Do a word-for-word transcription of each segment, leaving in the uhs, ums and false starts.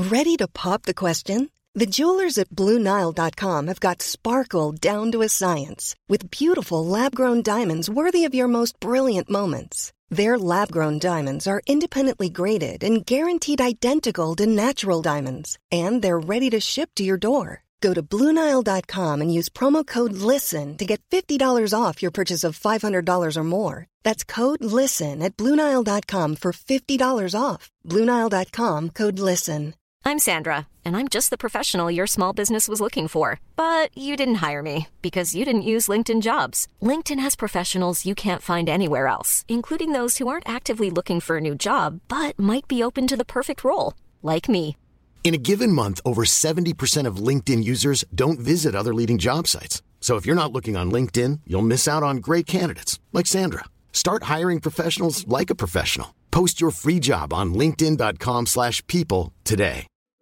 Ready to pop the question? The jewelers at Blue Nile dot com have got sparkle down to a science with beautiful lab-grown diamonds worthy of your most brilliant moments. Their lab-grown diamonds are independently graded and guaranteed identical to natural diamonds, and they're ready to ship to your door. Go to Blue Nile dot com and use promo code LISTEN to get fifty dollars off your purchase of five hundred dollars or more. That's code LISTEN at Blue Nile dot com for fifty dollars off. Blue Nile dot com, code LISTEN. I'm Sandra, and I'm just the professional your small business was looking for. But you didn't hire me because you didn't use LinkedIn Jobs. LinkedIn has professionals you can't find anywhere else, including those who aren't actively looking for a new job, but might be open to the perfect role, like me. In a given month, over seventy percent of LinkedIn users don't visit other leading job sites. So if you're not looking on LinkedIn, you'll miss out on great candidates like Sandra. Start hiring professionals like a professional. Post your free job on linkedin dot com slash people today.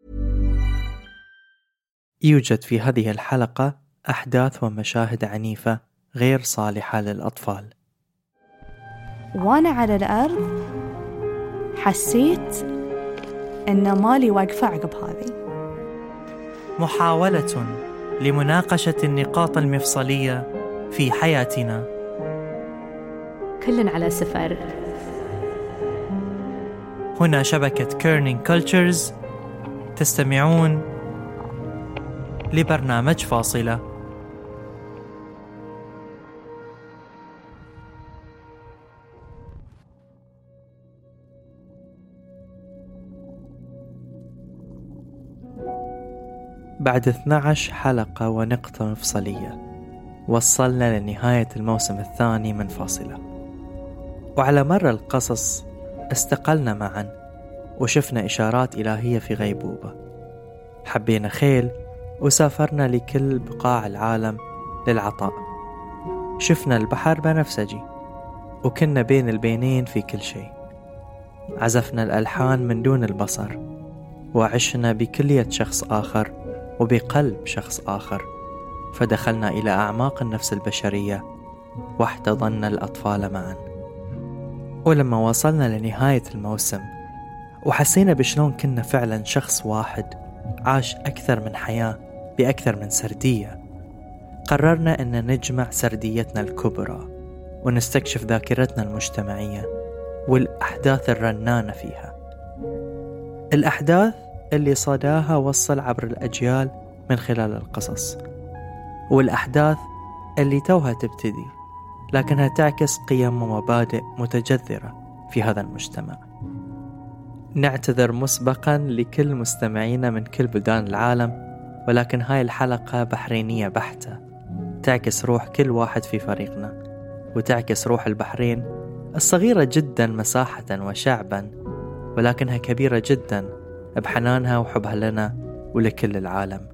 يوجد في هذه الحلقة أحداث ومشاهد عنيفة غير صالحة للأطفال. وأنا على الأرض حسيت إن مالي واقفة عقب هذه. محاولة لمناقشة النقاط المفصلية في حياتنا. كلن على سفر. هنا شبكة كيرنينج كولتشرز، تستمعون لبرنامج فاصلة. بعد اثنتي عشرة حلقة ونقطة مفصلية وصلنا لنهاية الموسم الثاني من فاصلة، وعلى مر القصص استقلنا معا وشفنا إشارات إلهية في غيبوبة، حبينا خيل وسافرنا لكل بقاع العالم للعطاء، شفنا البحر بنفسجي وكنا بين البينين في كل شيء، عزفنا الألحان من دون البصر وعشنا بكلية شخص آخر وبقلب شخص آخر، فدخلنا إلى أعماق النفس البشرية واحتضنا الأطفال معا. ولما وصلنا لنهاية الموسم وحسينا بشلون كنا فعلا شخص واحد عاش أكثر من حياة بأكثر من سردية، قررنا أن نجمع سرديتنا الكبرى ونستكشف ذاكرتنا المجتمعية والأحداث الرنانة فيها، الأحداث اللي صداها وصل عبر الأجيال من خلال القصص، والأحداث اللي توها تبتدي لكنها تعكس قيم ومبادئ متجذرة في هذا المجتمع. نعتذر مسبقا لكل مستمعينا من كل بلدان العالم، ولكن هاي الحلقة بحرينية بحتة، تعكس روح كل واحد في فريقنا وتعكس روح البحرين الصغيرة جدا مساحة وشعبا، ولكنها كبيرة جدا بحنانها وحبها لنا ولكل العالم.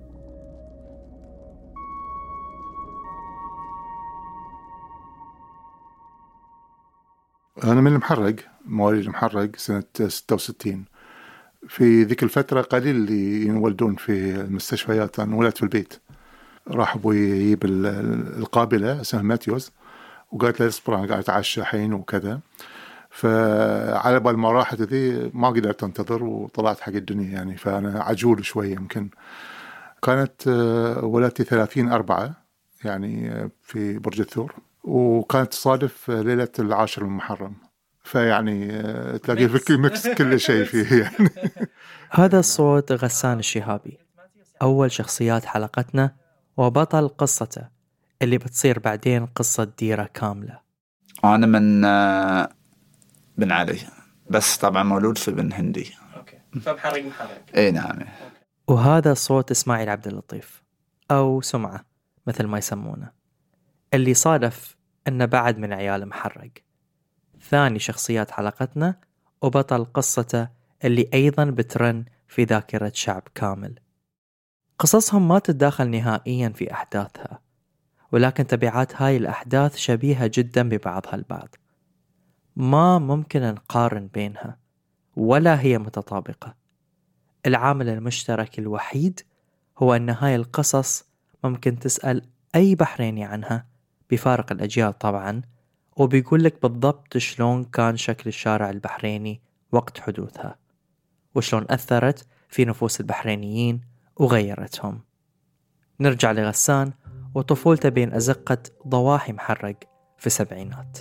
أنا من المحرق، مواليد المحرق سنة ستة وستين. في ذيك الفترة قليل اللي ينولدون في المستشفيات، أنا ولدت في البيت. راح أبوي يجيب القابلة اسمها ماتيوس وقالت له اصبر أنا قاعد أتعشى حين وكذا، فعلى بال ما راحت ذي ما قدرت أنتظر وطلعت حق الدنيا يعني، فأنا عجول شوية يمكن. كانت ولدتي ثلاثين أربعة يعني في برج الثور، وكانت تصادف ليلة العاشر من محرم، فيعني تلاقي في ميكس كل شيء فيه يعني. هذا الصوت غسان الشهابي، أول شخصيات حلقتنا وبطل قصته اللي بتصير بعدين قصة ديرة كاملة. أنا من بن علي، بس طبعا مولود في بن هندي. أوكي. فبحرق محرق. إيه نعم. وهذا صوت إسماعيل عبد اللطيف أو سمعة مثل ما يسمونه، اللي صادف أنه بعد من عيال محرق، ثاني شخصيات حلقتنا وبطل قصته اللي أيضا بترن في ذاكرة شعب كامل. قصصهم ما تتداخل نهائيا في أحداثها، ولكن تبعات هاي الأحداث شبيهة جدا ببعضها البعض، ما ممكن نقارن بينها ولا هي متطابقة. العامل المشترك الوحيد هو أن هاي القصص ممكن تسأل أي بحريني عنها بفارق الأجيال طبعا، وبيقول لك بالضبط شلون كان شكل الشارع البحريني وقت حدوثها، وشلون أثرت في نفوس البحرينيين وغيرتهم. نرجع لغسان وطفولته بين أزقة ضواحي محرق في السبعينات.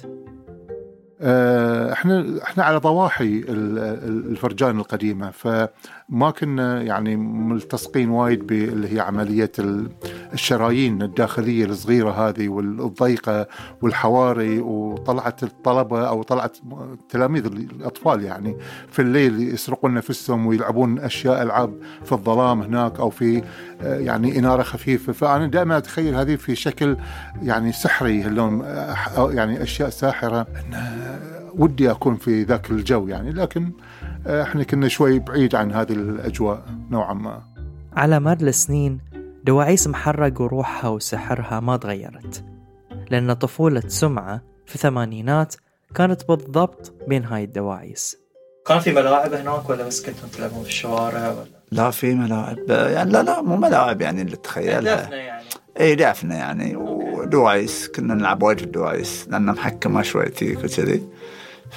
احنا احنا على ضواحي الفرجان القديمه، فما كنا يعني ملتصقين وايد باللي هي عمليه الشرايين الداخليه الصغيره هذه والضيقه والحواري، وطلعت الطلبه او طلعت تلاميذ الاطفال يعني في الليل يسرقون نفسهم ويلعبون اشياء العاب في الظلام هناك او في يعني اناره خفيفه. فانا دائما اتخيل هذه في شكل يعني سحري، اللون يعني اشياء ساحره، ودي أكون في ذاك الجو يعني. لكن إحنا كنا شوي بعيد عن هذه الأجواء نوعا ما. على مر السنين دواعيس محرق وروحها وسحرها ما تغيرت، لأن طفولة سمعة في الثمانينات كانت بالضبط بين هاي الدواعيس. كان في ملاعب هناك ولا بس كنتم تلعبون في الشوارع ولا؟ لا في ملاعب يعني، لا لا مو ملاعب يعني اللي تتخيلها يعني. اي دافنة يعني، ودواعيس كنا نلعب وايد في الدواعيس لأن محكمة شوي تيك وكذي. ف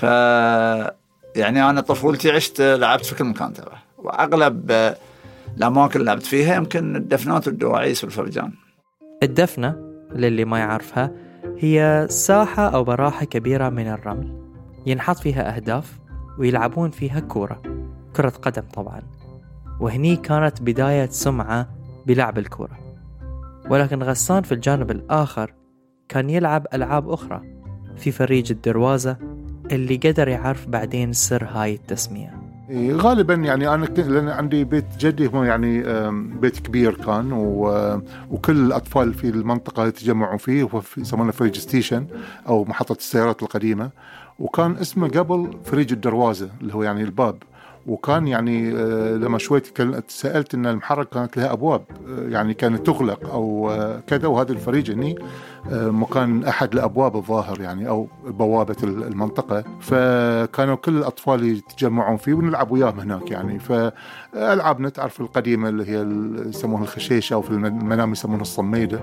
يعني أنا طفولتي عشت لعبت في كل مكان ترى، وأغلب الأماكن اللي لعبت فيها يمكن الدفنات والدواعيس والفرجان. الدفنة للي ما يعرفها هي ساحة أو براحة كبيرة من الرمل ينحط فيها أهداف ويلعبون فيها كورة كرة قدم طبعا. وهني كانت بداية سمعة بلعب الكورة. ولكن غسان في الجانب الآخر كان يلعب ألعاب أخرى في فريج الدروازة اللي قدر يعرف بعدين سر هاي التسمية. غالبا يعني أنا لأن عندي بيت جدي هو يعني بيت كبير كان، وكل الأطفال في المنطقة يتجمعوا فيه، وهو يسمونه فريج ستيشن أو محطة السيارات القديمة، وكان اسمه قبل فريج الدروازة اللي هو يعني الباب. وكان يعني لما شويت سألت إن المحرك كانت لها أبواب يعني كانت تغلق أو كذا، وهذا الفريج هني مكان أحد الأبواب الظاهر يعني أو بوابة المنطقة، فكانوا كل الأطفال يتجمعون فيه ونلعب وياهم هناك يعني. فألعابنا تعرف القديمة اللي هي يسمونها الخشيشة، أو في المنام يسمونها الصميدة.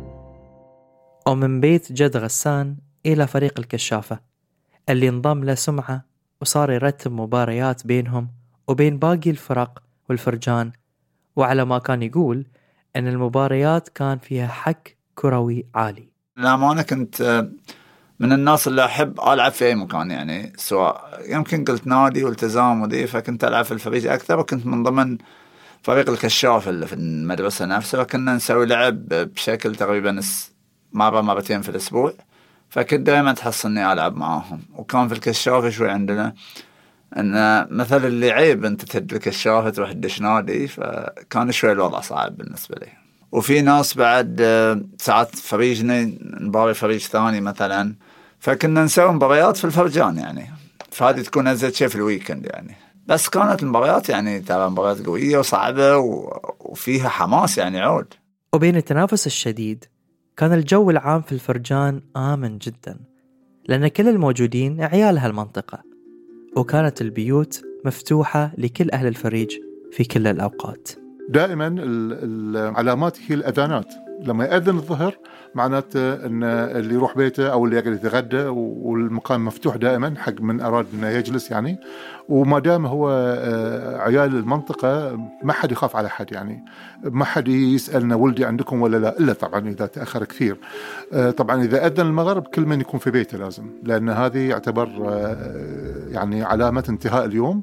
ومن بيت جد غسان إلى فريق الكشافة اللي انضم له سمعة، وصار يرتب مباريات بينهم وبين باقي الفرق والفرجان. وعلى ما كان يقول أن المباريات كان فيها حك كروي عالي. لا ما أنا كنت من الناس اللي أحب ألعب في أي مكان يعني، سواء يمكن قلت نادي والتزام ودي، فكنت ألعب في الفريق أكثر، وكنت من ضمن فريق الكشاف اللي في المدرسة نفسها، وكنا نسوي لعب بشكل تقريبا مرة مرتين في الأسبوع، فكنت دائما تحصلني ألعب معاهم. وكان في الكشافة شوي عندنا أن مثلا اللي عيب أنت تهد الكشافة تروح تدش نادي، فكان شوي الوضع صعب بالنسبة لي. وفي ناس بعد ساعات فريجنا نباري فريج ثاني مثلا، فكنا نسوي مباريات في الفرجان يعني، فهذه تكون أزيد شيء في الويكند يعني. بس كانت المباريات يعني ترى مباريات قوية وصعبة وفيها حماس يعني عود. وبين التنافس الشديد كان الجو العام في الفرجان آمن جدا، لأن كل الموجودين عيال هالمنطقة، وكانت البيوت مفتوحة لكل أهل الفريج في كل الأوقات. دائما العلامات هي الأذانات. لما يأذن الظهر معناته أن اللي يروح بيته أو اللي يقعد يتغدى، والمكان مفتوح دائما حق من أراد أنه يجلس يعني. وما دام هو عيال المنطقة ما حد يخاف على حد يعني، ما حد يسألنا ولدي عندكم ولا لا، إلا طبعا إذا تأخر كثير. طبعا إذا أذن المغرب كل من يكون في بيته لازم، لأن هذه يعتبر يعني علامة انتهاء اليوم.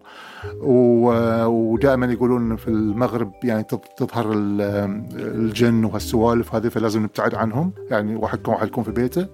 ودائما يقولون في المغرب يعني تظهر الجن وهالسوالف هذه، فلازم نبتعد عنهم يعني، واحد واحد يكون في بيته.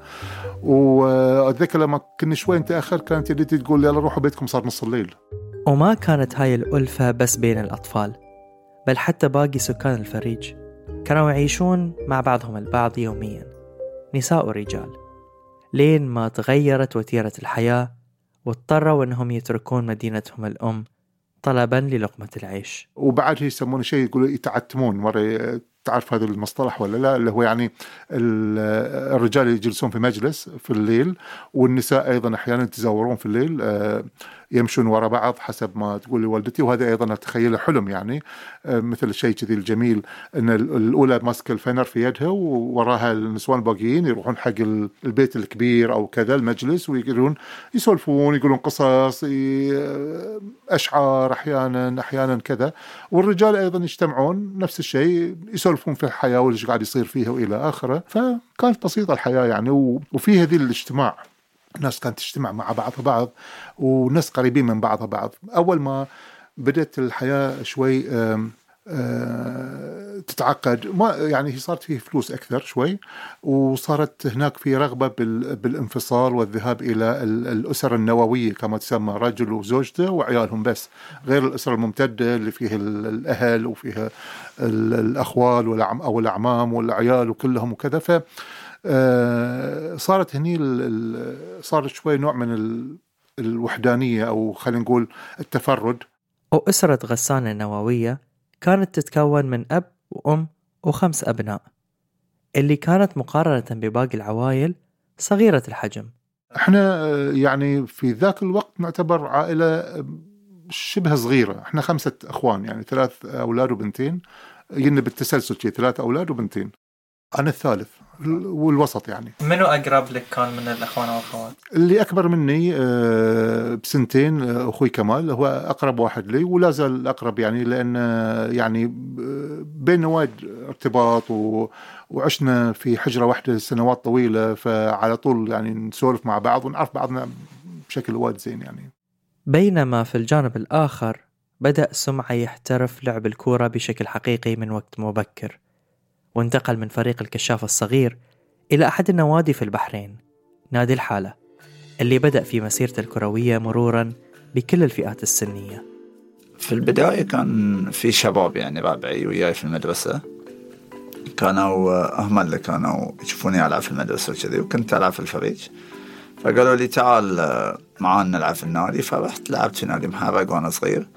وأتذكر لما كنا شوي نتأخر كانت يدتي تقول يلا روحوا بيتكم صار نص الليل. وما كانت هاي الألفة بس بين الأطفال، بل حتى باقي سكان الفريج كانوا يعيشون مع بعضهم البعض يوميا، نساء ورجال، لين ما تغيرت وتيرة الحياة واضطروا أنهم يتركون مدينتهم الأم طلبا للقمة العيش. وبعد يسمونه شيء يقولوا يتعتمون، مرة تعرف هذا المصطلح ولا لا، اللي هو يعني الرجال يجلسون في مجلس في الليل، والنساء أيضا أحيانا يتزاورون في الليل. يمشون وراء بعض حسب ما تقول لي والدتي، وهذا أيضا أتخيله حلم يعني مثل الشيء كذي الجميل، أن الأولى ماسكة الفنر في يدها ووراها النسوان الباقيين يروحون حق البيت الكبير أو كذا المجلس، ويقولون يسولفون يقولون قصص أشعار أحيانا أحيانا كذا، والرجال أيضا يجتمعون نفس الشيء يسولفون في الحياة واللي قاعد يصير فيها وإلى آخره. فكانت بسيطة الحياة يعني، وفي هذه الاجتماع الناس كانت تجتمع مع بعضها بعض وناس قريبين من بعضها بعض. أول ما بدأت الحياة شوي آم آم تتعقد، ما يعني هي صارت فيه فلوس أكثر شوي، وصارت هناك في رغبة بالانفصال والذهاب إلى الأسر النووية كما تسمى، رجل وزوجته وعيالهم بس، غير الأسرة الممتدة اللي فيها الأهل وفيها الأخوال والعم أو الأعمام والعيال وكلهم وكذا. ف صارت هني صارت شوي نوع من الوحدانية أو خلينا نقول التفرد. وأسرة غسان النووية كانت تتكون من أب وأم وخمس أبناء، اللي كانت مقارنة بباقي العوائل صغيرة الحجم. احنا يعني في ذاك الوقت نعتبر عائلة شبه صغيرة، احنا خمسة أخوان يعني ثلاث أولاد وبنتين، يجينا بالتسلسل شيء ثلاث أولاد وبنتين. أنا الثالث والوسط يعني. منو أقرب لك كان من الأخوان والأخوات؟ اللي أكبر مني بسنتين أخوي كمال، هو أقرب واحد لي ولا زال أقرب يعني، لأن يعني بيننا وايد ارتباط و... وعشنا في حجرة واحدة سنوات طويلة، فعلى طول يعني نسولف مع بعض ونعرف بعضنا بشكل وايد زين يعني. بينما في الجانب الآخر بدأ سمعة يحترف لعب الكورة بشكل حقيقي من وقت مبكر، وانتقل من فريق الكشاف الصغير إلى أحد النوادي في البحرين، نادي الحالة، اللي بدأ في مسيرته الكروية مرورا بكل الفئات السنية. في البداية كان في شباب يعني ربعي وياي في المدرسة، كانوا هم اللي كانوا يشوفوني ألعب في المدرسة وكذي، وكنت ألعب في الفريق، فقالوا لي تعال معانا نلعب في النادي، فرحت لعبت في نادي محرق وأنا صغير.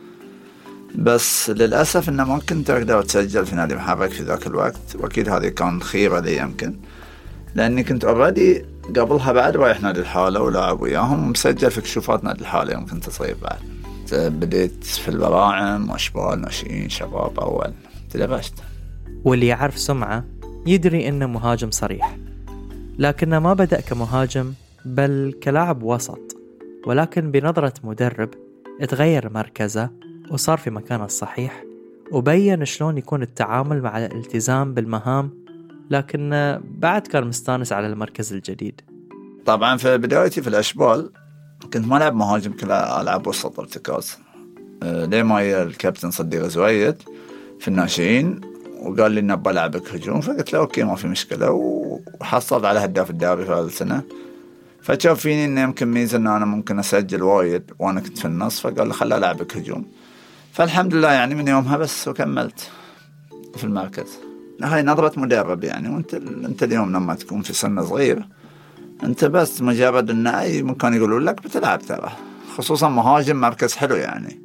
بس للأسف إنه ما كنت أقدر أتسجل في نادي محرق في ذاك الوقت، وأكيد هذه كان خيرة لي يمكن، لأني كنت أوريدي قبلها بعد رايح نادي الحالة ولاعب وياهم مسجل في كشوفات نادي الحالة يوم كنت صغير. بعد بديت في البراعم وأشبال ناشئين شباب أول تدرجت. واللي يعرف سمعة يدري إنه مهاجم صريح، لكنه ما بدأ كمهاجم بل كلاعب وسط، ولكن بنظرة مدرب اتغير مركزه وصار في مكانه الصحيح، وبين شلون يكون التعامل مع الالتزام بالمهام، لكن بعد كان مستانس على المركز الجديد. طبعا في بدايتي في الأشبال كنت ما ألعب مهاجم، كلا ألعب وسط ارتكاز، ليه ما الكابتن صديق زويد في الناشئين وقال لي إنه بلعبك هجوم، فقلت له أوكي ما في مشكلة، وحصلت على هداف الدوري في هذه السنة. فشاف فيني إنه يمكن ميزة إن أنا ممكن أسجل وايد وأنا كنت في النص، فقال لي خلي ألعبك هجوم. فالحمد لله يعني من يومها بس وكملت في المركز. هاي نظرة مدرب يعني، وانت انت اليوم لما تكون في سن صغير انت بس مجرد ان اي مكان يقولوا لك بتلعب، ترى خصوصا مهاجم مركز حلو يعني.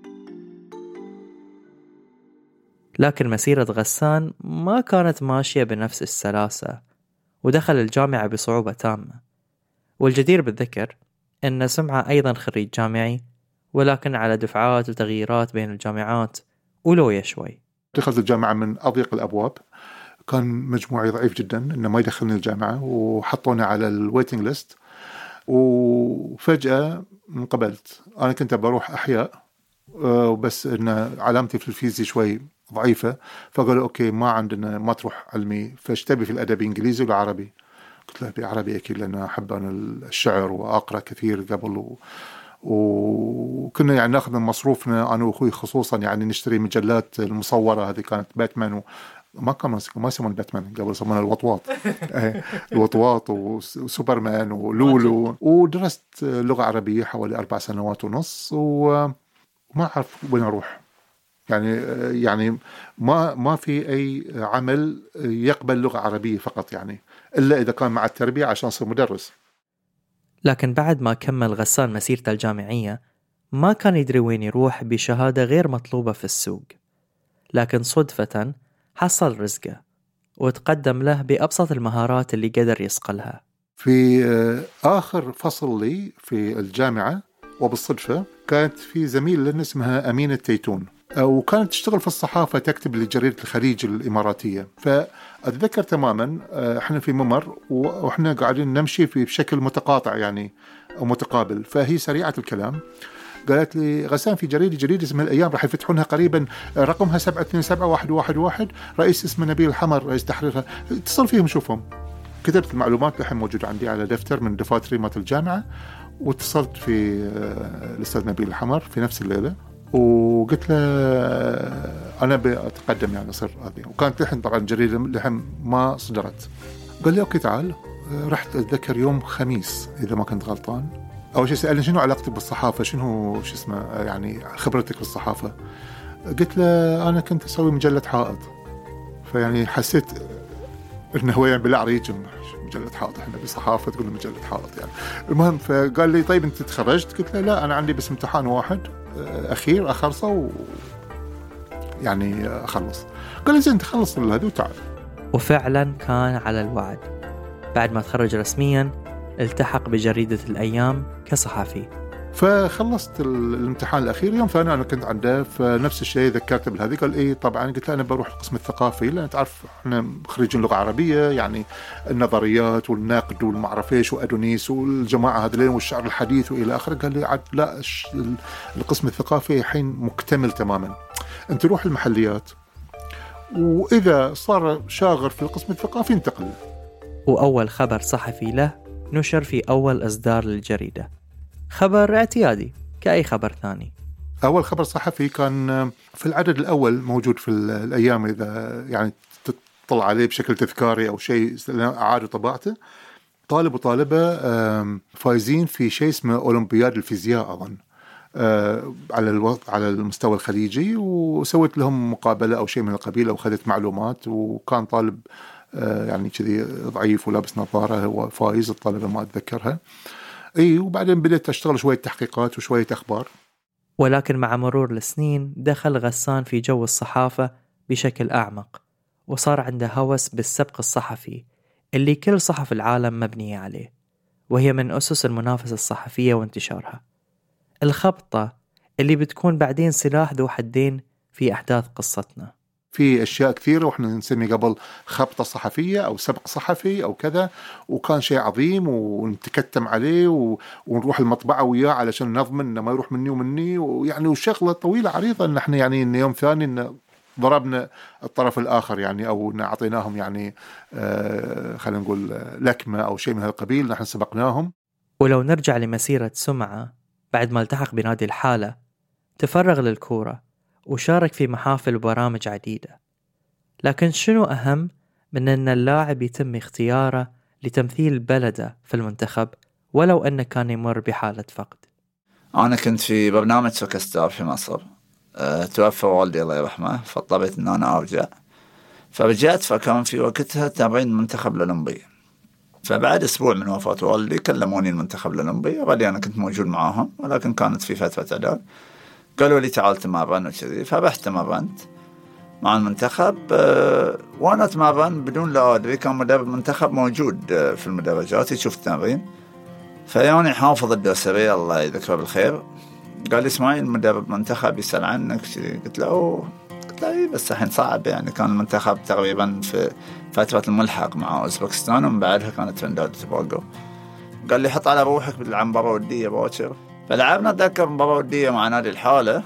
لكن مسيرة غسان ما كانت ماشية بنفس السلاسة، ودخل الجامعة بصعوبة تامة. والجدير بالذكر ان سمعة ايضا خريج جامعي، ولكن على دفعات وتغييرات بين الجامعات ولوية شوي. دخلت الجامعة من أضيق الأبواب، كان مجموعي ضعيف جدا إنه ما يدخلني الجامعة، وحطوني على الويتنج ليست، وفجأة انقبلت. أنا كنت بروح أحياء وبس إن علامتي في الفيزياء شوي ضعيفة، فقالوا أوكي ما عندنا ما تروح علمي، فاشتبي في الأدب إنجليزي ولا عربي؟ قلت له بعربي أكيد لأن أحب أنا الشعر وأقرأ كثير قبل، و... وكنا يعني ناخذ من مصروفنا أنا وأخوي خصوصا يعني نشتري مجلات المصورة، هذه كانت باتمان، وما كان ما يسمون باتمان قبل يسمونه الوطواط الوطواط وسوبرمان ولولو. ودرست لغة عربية حوالي أربع سنوات ونص، وما أعرف وين أروح يعني يعني ما ما في أي عمل يقبل لغة عربية فقط يعني، إلا إذا كان مع التربية عشان أصير مدرس. لكن بعد ما كمل غسان مسيرته الجامعية ما كان يدري وين يروح بشهادة غير مطلوبة في السوق، لكن صدفة حصل رزقه وتقدم له بأبسط المهارات اللي قدر يصقلها. في آخر فصل لي في الجامعة وبالصدفة كانت في زميل لنا اسمها أمينة تيتون، وكانت تشتغل في الصحافة، تكتب لجريدة الخليج الإماراتية. فأتذكر تماما احنا في ممر وإحنا قاعدين نمشي في بشكل متقاطع يعني أو متقابل، فهي سريعة الكلام قالت لي غسان في جريدة جريدة اسمها الأيام راح يفتحونها قريبا، رقمها سبعة اثنين سبعة واحد واحد واحد، رئيس اسمه نبيل الحمر رئيس تحريرها، اتصل فيهم شوفهم. كتبت المعلومات الحين موجودة عندي على دفتر من دفاتري مات الجامعة، واتصلت في الأستاذ نبيل الحمر في نفس الليلة وقلت له أنا بأتقدم يعني أصير هذه، وكانت لحن طبعا جريدة لحن ما صدرت. قال لي أوكي تعال. رحت أتذكر يوم خميس إذا ما كنت غلطان. أول شيء سألني شنو علاقتك بالصحافة، شنو شو اسمه يعني خبرتك بالصحافة. قلت له أنا كنت أسوي مجلة حائط، فيعني حسيت إنه هو يعني بالعريج مجلة حائط، إحنا بصحافة تقول مجلة حائط يعني. المهم فقال لي طيب أنت تخرجت؟ قلت له لا أنا عندي بس امتحان واحد أخير أخلصه و يعني أخلص. قال لي زين تخلص هذا وتعال. وفعلا كان على الوعد، بعد ما تخرج رسميا التحق بجريدة الأيام كصحفي. فخلصت الامتحان الأخير يوم ثاني أنا كنت عنده، فنفس الشيء ذكرته بالهذه. قال إيه طبعا. قلت له أنا بروح القسم الثقافي، لأن تعرف إحنا خريجين لغة عربية يعني النظريات والنقد والمعرف إيش وأدونيس والجماعة هذين والشعر الحديث وإلى آخره. قال لي عاد لا القسم الثقافي الحين مكتمل تماما، أنت روح المحليات وإذا صار شاغر في القسم الثقافي انتقل. وأول خبر صحفي له نشر في أول إصدار للجريدة، خبر اعتيادي كأي خبر ثاني. أول خبر صحفي كان في العدد الأول موجود في الأيام، إذا يعني تطلع عليه بشكل تذكاري أو شيء أعادوا طباعته. طالب وطالبة فايزين في شيء اسمه أولمبياد الفيزياء أظن على الو... على المستوى الخليجي، وسويت لهم مقابلة أو شيء من القبيل أو خذت معلومات. وكان طالب يعني كذي ضعيف ولابس نظارة هو فايز، الطالبة ما أتذكرها. اي وبعدين بدأت أشتغل شوية تحقيقات وشوية أخبار. ولكن مع مرور السنين دخل غسان في جو الصحافة بشكل أعمق، وصار عنده هوس بالسبق الصحفي اللي كل صحف العالم مبنية عليه، وهي من أسس المنافسة الصحفية وانتشارها. الخبطة اللي بتكون بعدين سلاح ذو حدين في أحداث قصتنا. في أشياء كثيرة وإحنا نسمي قبل خبطة صحفية أو سبق صحفي أو كذا، وكان شيء عظيم ونتكتم عليه و... ونروح المطبعة وياه علشان نضمن إنه ما يروح مني ومني، ويعني وشغلة طويلة عريضة إن إحنا يعني إن يوم ثاني إن ضربنا الطرف الآخر يعني، أو إن أعطيناهم يعني آه خلينا نقول لكمة أو شيء من هالقبيل، نحن سبقناهم. ولو نرجع لمسيرة سمعة، بعد ما التحق بنادي الحالة تفرغ للكورة وشارك في محافل وبرامج عديدة. لكن شنو أهم من أن اللاعب يتم اختياره لتمثيل بلده في المنتخب ولو أنه كان يمر بحالة فقد؟ أنا كنت في برنامج سوكستار في مصر، أه، توفى والدي الله يرحمه، فاضطريت أن أنا أرجع. فرجعت فكان في وقتها تمرين المنتخب الأولمبي. فبعد أسبوع من وفاة والدي كلموني المنتخب الأولمبي، غالي أنا كنت موجود معاهم ولكن كانت في فترة إعداد. قالوا لي تعال تمرن وكذي، فرحت تمرنت مع المنتخب. أه وأنا تمرن بدون لا أدري كان مدرب منتخب موجود أه في المدرجات يشوف التمرين، فياني حافظ الدوسري الله يذكره بالخير قال لي اسماعيل مدرب منتخب يسأل عنك. قلت له قلت له بس الحين صعب يعني، كان المنتخب تقريبا في فترة الملحق مع أوزبكستان ومن بعدها كانت ترنداد وتوغو. قال لي حط على روحك بتلعب مباراة ودية باكر. فلعبنا أتذكر مباراة ودية مع نادي الحالة،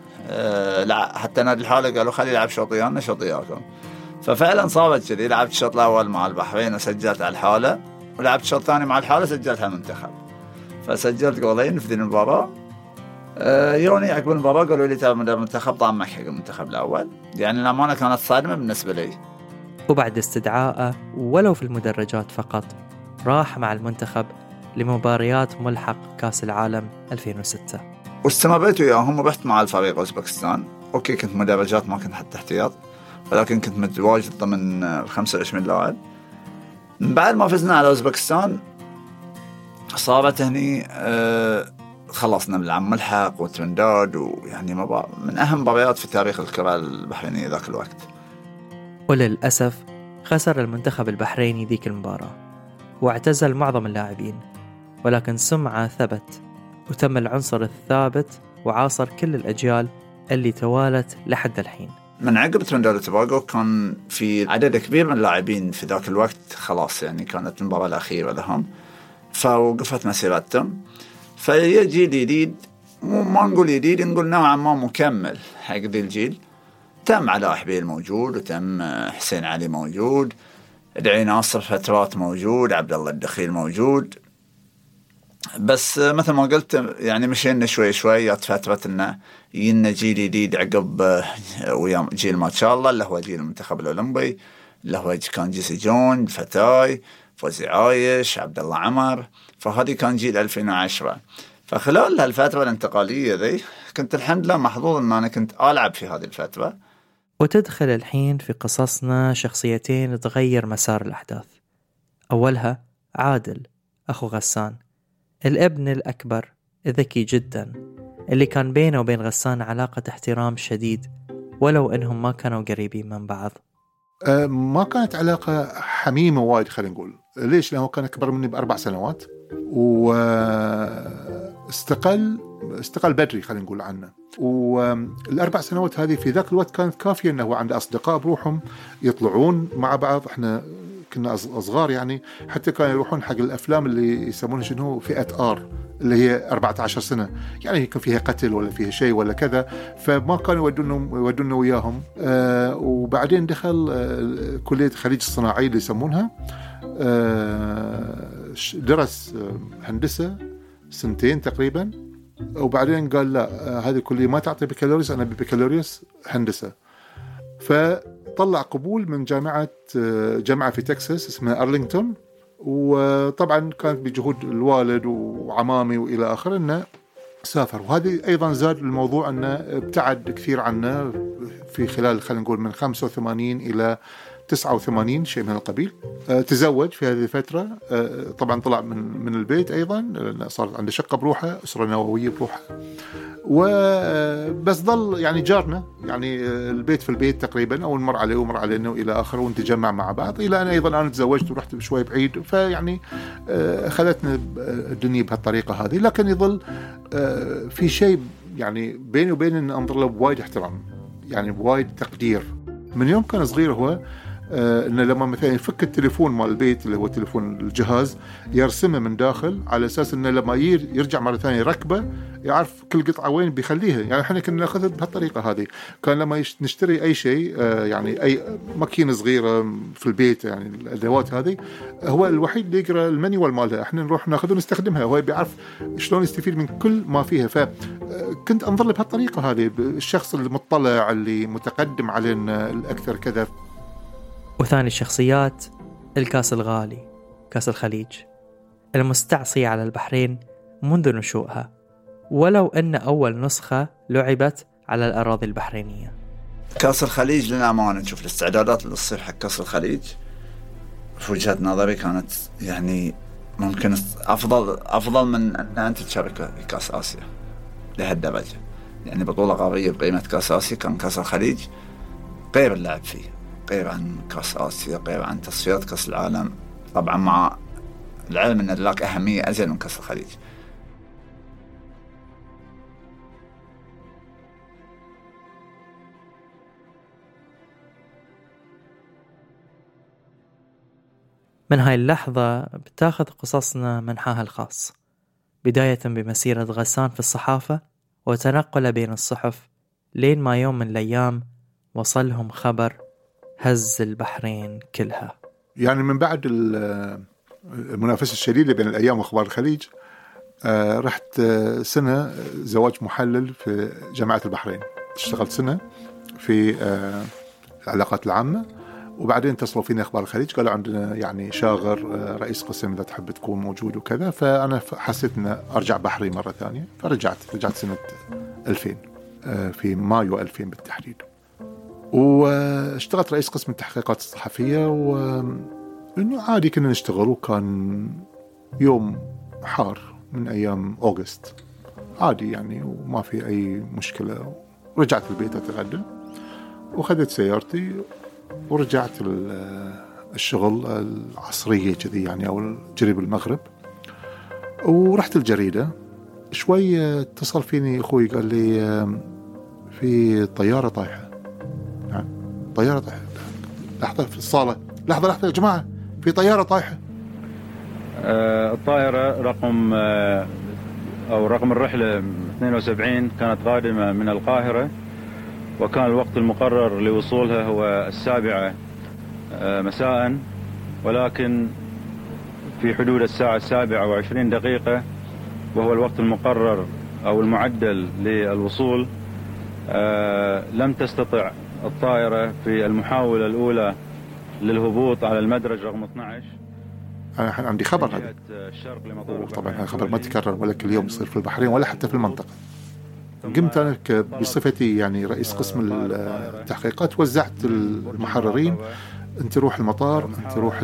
أه لا حتى نادي الحالة قالوا خلي يلعب شوطيانا شوطياكم. ففعلا صارت كذي، لعبت الشوط الأول مع البحرين وسجلت على الحالة، ولعبت الشوط الثاني مع الحالة سجلت على المنتخب، فسجلت جولين في ذي المباراة. أه يوني عقب المباراة قالوا لي ترى مدرب المنتخب طعمك حق المنتخب الأول، يعني الأمانة كانت صادمة بالنسبة لي. وبعد استدعائه ولو في المدرجات فقط، راح مع المنتخب لمباريات ملحق كاس العالم ألفين وستة، واستمريت وياهم ورحت مع الفريق أوزبكستان. أوكي كنت مدرجات ما كنت حتى احتياط، ولكن كنت متواجد ضمن خمسة وعشرين لاعب. بعد ما فزنا على أوزبكستان صارت هني أه خلصنا من العام ملحق وترنداد، ويعني مبار... من أهم مباريات في تاريخ الكرة البحرينية ذاك الوقت. وللأسف خسر المنتخب البحريني ذيك المباراة واعتزل معظم اللاعبين، ولكن سمعة ثبت وتم العنصر الثابت وعاصر كل الأجيال اللي توالت لحد الحين. من عقب ترينيداد وتوباغو كان في عدد كبير من اللاعبين في ذاك الوقت خلاص يعني كانت المباراة الأخيرة لهم فوقفت مسيرتهم. فهي جيل جديد، ما نقول جديد، نقول نوعا ما مكمل حق ذي الجيل. تم علاء حبيل موجود، وتم حسين علي موجود، دعي ناصر فترات موجود، عبد الله الدخيل موجود. بس مثل ما قلت يعني مشينا شوي شوي فترة إنه يجينا جيل جديد عقب ويا جيل ما شاء الله اللي هو جيل المنتخب الأولمبي، اللي هو كان جيسي جون، فتاي، فوزي عايش، عبد الله عمر. فهذه كان جيل ألفين وعشرة. فخلال هالفترة الانتقالية ذي كنت الحمد لله محظوظ إن أنا كنت ألعب في هذه الفترة. وتدخل الحين في قصصنا شخصيتين تغير مسار الأحداث. أولها عادل أخو غسان، الابن الأكبر ذكي جدا، اللي كان بينه وبين غسان علاقة احترام شديد ولو إنهم ما كانوا قريبين من بعض. أه ما كانت علاقة حميمة وايد، خلينا نقول. ليش؟ لأنه كان أكبر مني بأربع سنوات واستقل استقل بدري خلينا نقول عنه. والأربع سنوات هذه في ذاك الوقت كانت كافية أنه عنده أصدقاء بروحهم يطلعون مع بعض. إحنا كنا أصغار يعني، حتى كانوا يروحون حق الأفلام اللي يسمونها شنو فئة آر اللي هي أربعة عشر سنة، يعني يكون فيها قتل ولا فيها شيء ولا كذا، فما كانوا يودونهم يودونا وياهم. آه وبعدين دخل آه كلية خليج الصناعي اللي يسمونها. آه درس آه هندسة سنتين تقريبا، وبعدين قال لا آه هذه الكلية ما تعطي بكالوريوس، أنا ببكالوريوس هندسة. فطلع قبول من جامعة آه جامعة في تكساس اسمها أرلينغتون، وطبعا كانت بجهود الوالد وعمامي وإلى آخر أنه سافر. وهذه أيضا زاد الموضوع أنه ابتعد كثير عنا في خلال خلينا نقول من خمسة وثمانين إلى تسعة وثمانين شيء من القبيل. أه تزوج في هذه الفترة. أه طبعا طلع من من البيت أيضا لأن صارت عنده شقة بروحه، أسرة نووية بروحه، وبس ظل يعني جارنا، يعني البيت في البيت تقريبا، أو نمر عليه ومر علينا وإلى آخر، ونتجمع مع بعض إلى أن أيضا أنا تزوجت ورحت شوي بعيد. فيعني أخذتنا الدنيا بهالطريقة هذه. لكن يظل في شيء يعني بيني وبين أن أنظر له بوايد احترام، يعني بوايد تقدير. من يوم كان صغير هو آه إنه لما مثلا يفك التليفون مال البيت اللي هو تليفون الجهاز يرسمه من داخل، على أساس إنه لما يرجع مرة ثانية يركبه يعرف كل قطعة وين بيخليها. يعني إحنا كنا نأخذها بهالطريقة هذه. كان لما نشتري أي شيء آه يعني أي ماكينة صغيرة في البيت، يعني الأدوات هذه، هو الوحيد اللي يقرأ المانيوال مالها، إحنا نروح نأخذه ونستخدمها، هو بيعرف شلون يستفيد من كل ما فيها. فكنت أنظر له بهالطريقة هذه، الشخص المطلع اللي متقدم علينا الأكثر كذا. وثاني الشخصيات الكاس الغالي، كاس الخليج، المستعصي على البحرين منذ نشوئها، ولو أن أول نسخة لعبت على الأراضي البحرينية. كاس الخليج للأمانة نشوف الاستعدادات اللي تصير حق كاس الخليج في وجهة نظري كانت يعني ممكن أفضل أفضل من أن أنت تشارك في كاس آسيا لهالدرجة. يعني بطولة قارية بقيمة كاس آسيا، كان كاس الخليج غير اللعب فيه، غير عن كاس آسيا، غير عن تصفيات كاس العالم، طبعا مع العلم أن لك أهمية أزل من كاس الخليج. من هاي اللحظة بتاخذ قصصنا منحاها الخاص، بداية بمسيرة غسان في الصحافة وتنقل بين الصحف، لين ما يوم من الأيام وصلهم خبر هز البحرين كلها. يعني من بعد المنافسة الشديدة بين الأيام وأخبار الخليج، رحت سنة زواج محلل في جامعة البحرين، اشتغلت سنة في العلاقات العامة، وبعدين اتصلوا فيني أخبار الخليج قالوا عندنا يعني شاغر رئيس قسم إذا تحب تكون موجود وكذا. فأنا حسيت أن أرجع بحري مرة ثانية، فرجعت رجعت سنة ألفين في مايو ألفين بالتحديد، واشتغلت رئيس قسم التحقيقات الصحفية. وإنه عادي كنا نشتغل، وكان يوم حار من أيام أغسطس عادي يعني وما في أي مشكلة. ورجعت البيت أتغدى وخذت سيارتي ورجعت الشغل العصرية كذي يعني، أو جريب المغرب، ورحت الجريدة شوي اتصل فيني أخوي قال لي في طيارة طايحة. نعم طيارة طايحة. لحظة في الصالة، لحظة لحظة يا جماعة، في طيارة طايحة. آه الطائرة رقم آه أو رقم الرحلة اثنين وسبعين كانت قادمة من القاهرة، وكان الوقت المقرر لوصولها هو السابعة آه مساء، ولكن في حدود الساعة السابعة وعشرين دقيقة وهو الوقت المقرر أو المعدل للوصول، آه لم تستطع الطائرة في المحاولة الأولى للهبوط على المدرج رقم اثني عشر. أنا عندي خبر هذا، طبعا هذا خبر ما تكرر ولا كل يوم يصير في البحرين ولا حتى في المنطقة. قمت أنا بصفتي يعني رئيس قسم التحقيقات، وزعت المحررين، أنت روح المطار، أنت روح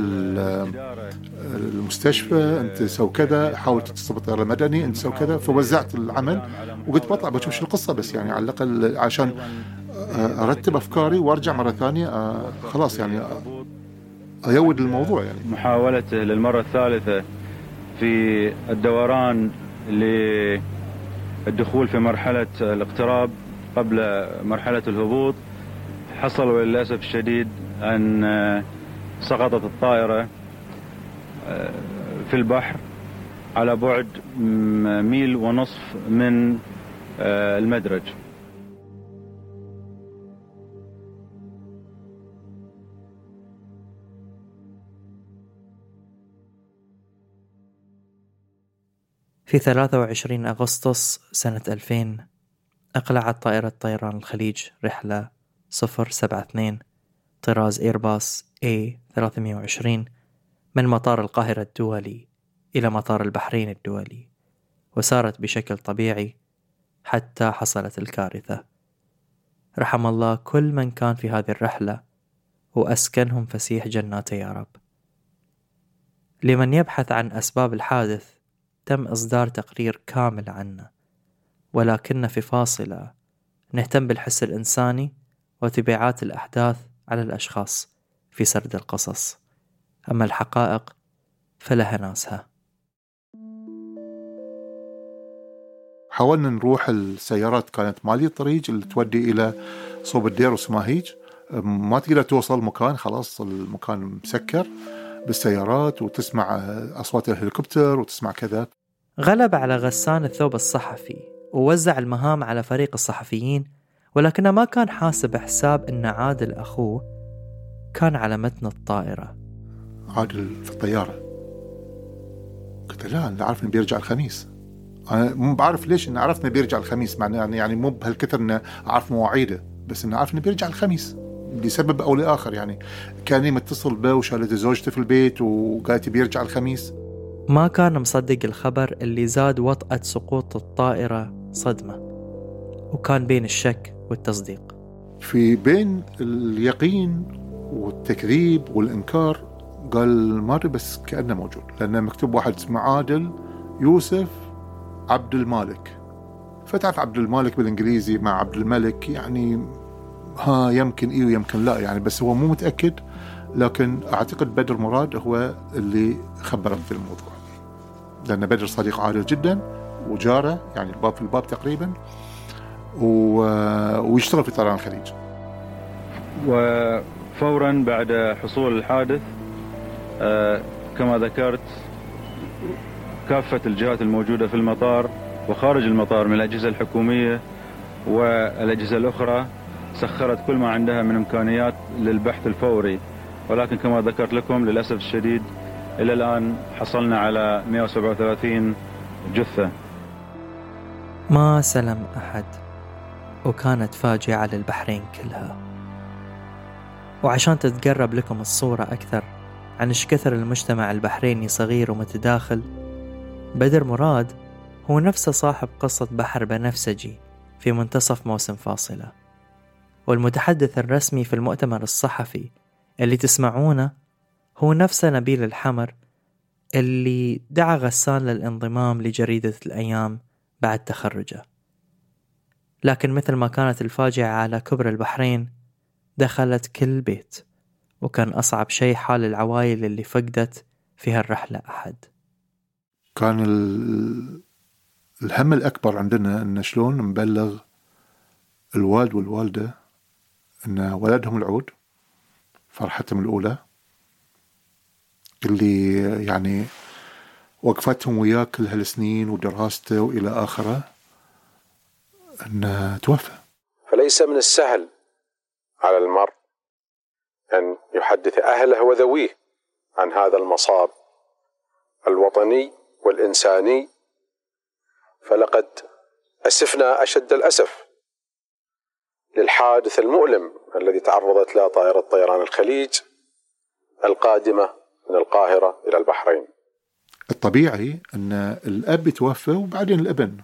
المستشفى، أنت سو كذا، حاول تتصل بالطيار المدني، أنت سو كذا. فوزعت العمل وقلت بطلع بشوف شو القصة، بس يعني على الأقل عشان أرتب أفكاري وأرجع مرة ثانية خلاص يعني أيود الموضوع. يعني محاولته للمرة الثالثة في الدوران للدخول في مرحلة الاقتراب قبل مرحلة الهبوط، حصل وللأسف الشديد أن سقطت الطائرة في البحر على بعد ميل ونصف من المدرج. في ثلاثة وعشرين أغسطس سنة ألفين أقلعت طائرة طيران الخليج رحلة صفر سبعة اثنين طراز إيرباص إيه ثلاثمئة وعشرين من مطار القاهرة الدولي إلى مطار البحرين الدولي، وسارت بشكل طبيعي حتى حصلت الكارثة. رحم الله كل من كان في هذه الرحلة وأسكنهم فسيح جناته يا رب. لمن يبحث عن أسباب الحادث تم إصدار تقرير كامل عنه، ولكن في فاصلة نهتم بالحس الإنساني وتبعات الأحداث على الأشخاص في سرد القصص، أما الحقائق فلها ناسها. حاولنا نروح السيارات كانت مالي الطريق اللي تودي إلى صوب الدير وسماهيج، ما تقدر توصل مكان، خلاص المكان مسكر بالسيارات وتسمع أصوات الهليكوبتر وتسمع كذا. غلب على غسان الثوب الصحفي ووزع المهام على فريق الصحفيين، ولكنه ما كان حاسب حساب أن عادل أخوه كان على متن الطائرة. عادل في الطيارة، قلت لا أنا عارف إنه بيرجع الخميس، أنا مو بعرف ليش إنه عرفنا بيرجع الخميس، معناه يعني مو بهالكثر إنه عارف مواعيده، بس إنه عارف إنه بيرجع الخميس لسبب أو لآخر. يعني كان متصل به وشالت زوجته في البيت وقالت بيرجع الخميس. ما كان مصدق الخبر اللي زاد وطأة سقوط الطائرة صدمة، وكان بين الشك والتصديق، في بين اليقين والتكذيب والإنكار. قال ما أدري بس كأنه موجود، لأنه مكتوب واحد اسمه عادل يوسف عبد المالك، فتعرف عبد المالك بالإنجليزي مع عبد الملك يعني ها يمكن إيه ويمكن لا يعني، بس هو مو متأكد. لكن أعتقد بدر مراد هو اللي خبرت بالموضوع، لأن بدر صديق عادل جدا وجاره يعني الباب في الباب تقريبا، ويشتغل في طيران الخليج. وفورا بعد حصول الحادث آه كما ذكرت كافة الجهات الموجودة في المطار وخارج المطار من الأجهزة الحكومية والأجهزة الأخرى سخرت كل ما عندها من إمكانيات للبحث الفوري، ولكن كما ذكرت لكم للأسف الشديد إلى الآن حصلنا على مئة وسبعة وثلاثين جثة. ما سلم أحد، وكانت فاجعة للبحرين كلها. وعشان تتقرب لكم الصورة أكثر عن إيش كثر المجتمع البحريني صغير ومتداخل، بدر مراد هو نفسه صاحب قصة بحر بنفسجي في منتصف موسم فاصلة، والمتحدث الرسمي في المؤتمر الصحفي اللي تسمعونه هو نفسه نبيل الحمر اللي دعا غسان للانضمام لجريدة الأيام بعد تخرجه. لكن مثل ما كانت الفاجعة على كبر البحرين دخلت كل بيت، وكان أصعب شيء حال العوائل اللي فقدت في هالرحلة أحد. كان الهم الأكبر عندنا إن شلون نبلغ الوالد والوالدة إن ولدهم العود فرحتهم الأولى اللي يعني وقفتهم وياه كل هالسنين ودراسته وإلى آخره أن توفى. فليس من السهل على المرء أن يحدث أهله وذويه عن هذا المصاب الوطني والإنساني، فلقد أسفنا أشد الأسف للحادث المؤلم الذي تعرضت له طائرة طيران الخليج القادمة من القاهرة إلى البحرين. الطبيعي أن الأب يتوفى وبعدين الابن.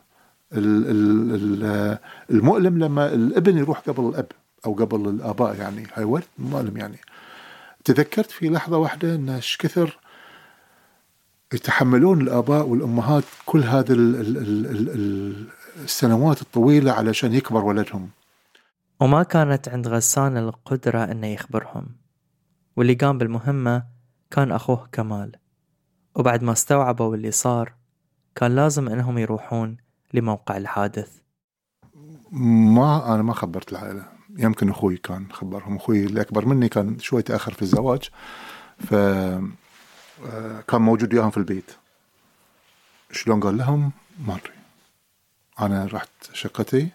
المؤلم لما الابن يروح قبل الأب أو قبل الآباء، يعني هاي ورد مؤلم. يعني تذكرت في لحظة واحدة أن إيش كثر يتحملون الآباء والأمهات كل هذه السنوات الطويلة علشان يكبر ولدهم. وما كانت عند غسان القدرة أنه يخبرهم، واللي قام بالمهمة كان أخوه كمال. وبعد ما استوعبوا اللي صار كان لازم أنهم يروحون لموقع الحادث. ما أنا ما خبرت العائلة، يمكن أخوي كان خبرهم. أخوي اللي أكبر مني كان شوي تأخر في الزواج، فكان موجود وياهم في البيت. شلون قال لهم ما أدري. أنا رحت شقتي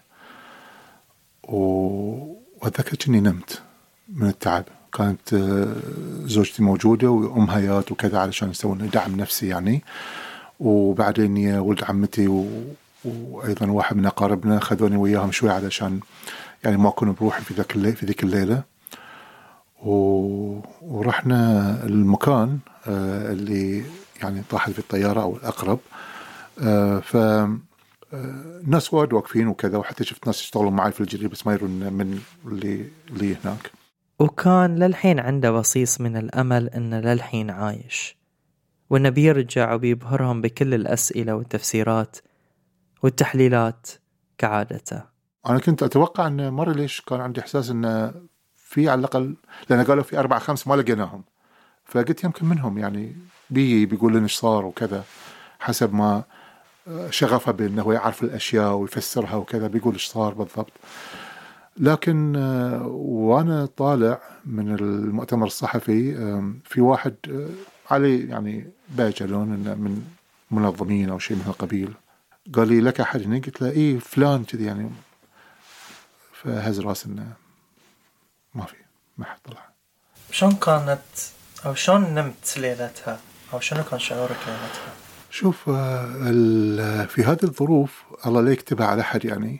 وأتذكر إني نمت من التعب. كانت زوجتي موجودة وأمهيات وكذا علشان يسوون دعم نفسي يعني. وبعدين يا ولد عمتي و... وأيضا واحد من أقاربنا خذوني وياهم شوي علشان يعني ما كنا بروحي في ذاك الليل في ذيك الليلة. و... ورحنا المكان آه اللي يعني طاحت في الطيارة أو الأقرب. آه ف الناس وايد واقفين وكذا، وحتى شفت ناس يشتغلون معي في الجرير بس ما يرون من اللي اللي هناك. وكان للحين عنده بصيص من الأمل إنه للحين عايش، وإنه بيرجع وبيبهرهم بكل الأسئلة والتفسيرات والتحليلات كعادته. أنا كنت أتوقع أن مرة ليش كان عندي إحساس أن في على الأقل، لأن قالوا في أربعة خمس ما لقيناهم، فقلت يمكن منهم يعني بي بيقول لنا إيش صار وكذا، حسب ما شغفه بأنه يعرف الأشياء ويفسرها وكذا بيقول إيش صار بالضبط. لكن وأنا طالع من المؤتمر الصحفي في واحد عليه يعني باجة لون من منظمين أو شيء من هالقبيل، قال لي لك أحد هنا؟ قلت له إيه فلان كذي يعني. فهز رأس إنه ما في ما حد طلع. شلون كانت أو شلون نمت ليلتها أو شنو كان شعورك ليلتها؟ شوف في هذه الظروف الله لا يكتبها على أحد يعني.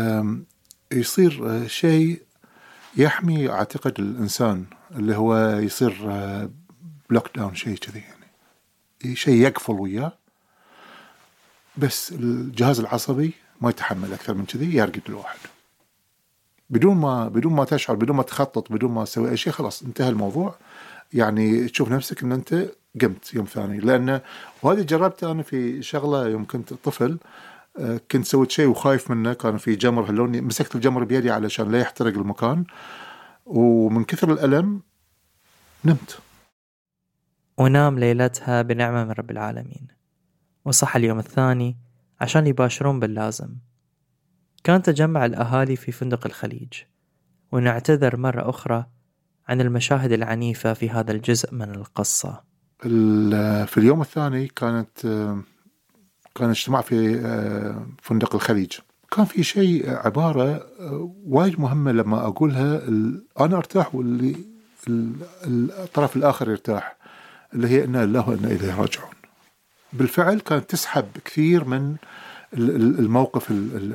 يصير شيء يحمي أعتقد الإنسان اللي هو يصير بلوك داون شيء كذي يعني، شيء يقفل وياه، بس الجهاز العصبي ما يتحمل أكثر من كذي، يرقد الواحد بدون ما بدون ما تشعر، بدون ما تخطط، بدون ما تسوي أي شيء، خلاص انتهى الموضوع. يعني تشوف نفسك إن أنت قمت يوم ثاني. لأن وهذه جربت أنا في شغلة يوم كنت طفل، كنت سويت شيء وخايف منه، كان في جمر هلوني، مسكت الجمر بيدي علشان لا يحترق المكان، ومن كثر الألم نمت. ونام ليلتها بنعمة من رب العالمين، وصح اليوم الثاني عشان يباشرون باللازم. كان تجمع الأهالي في فندق الخليج، ونعتذر مرة أخرى عن المشاهد العنيفة في هذا الجزء من القصة. في اليوم الثاني كانت كان اجتماع في فندق الخليج. كان في شيء عبارة وايد مهمة لما أقولها أنا أرتاح واللي الطرف الآخر يرتاح، اللي هي إنا الله وإنا إليه راجعون. بالفعل كانت تسحب كثير من الموقف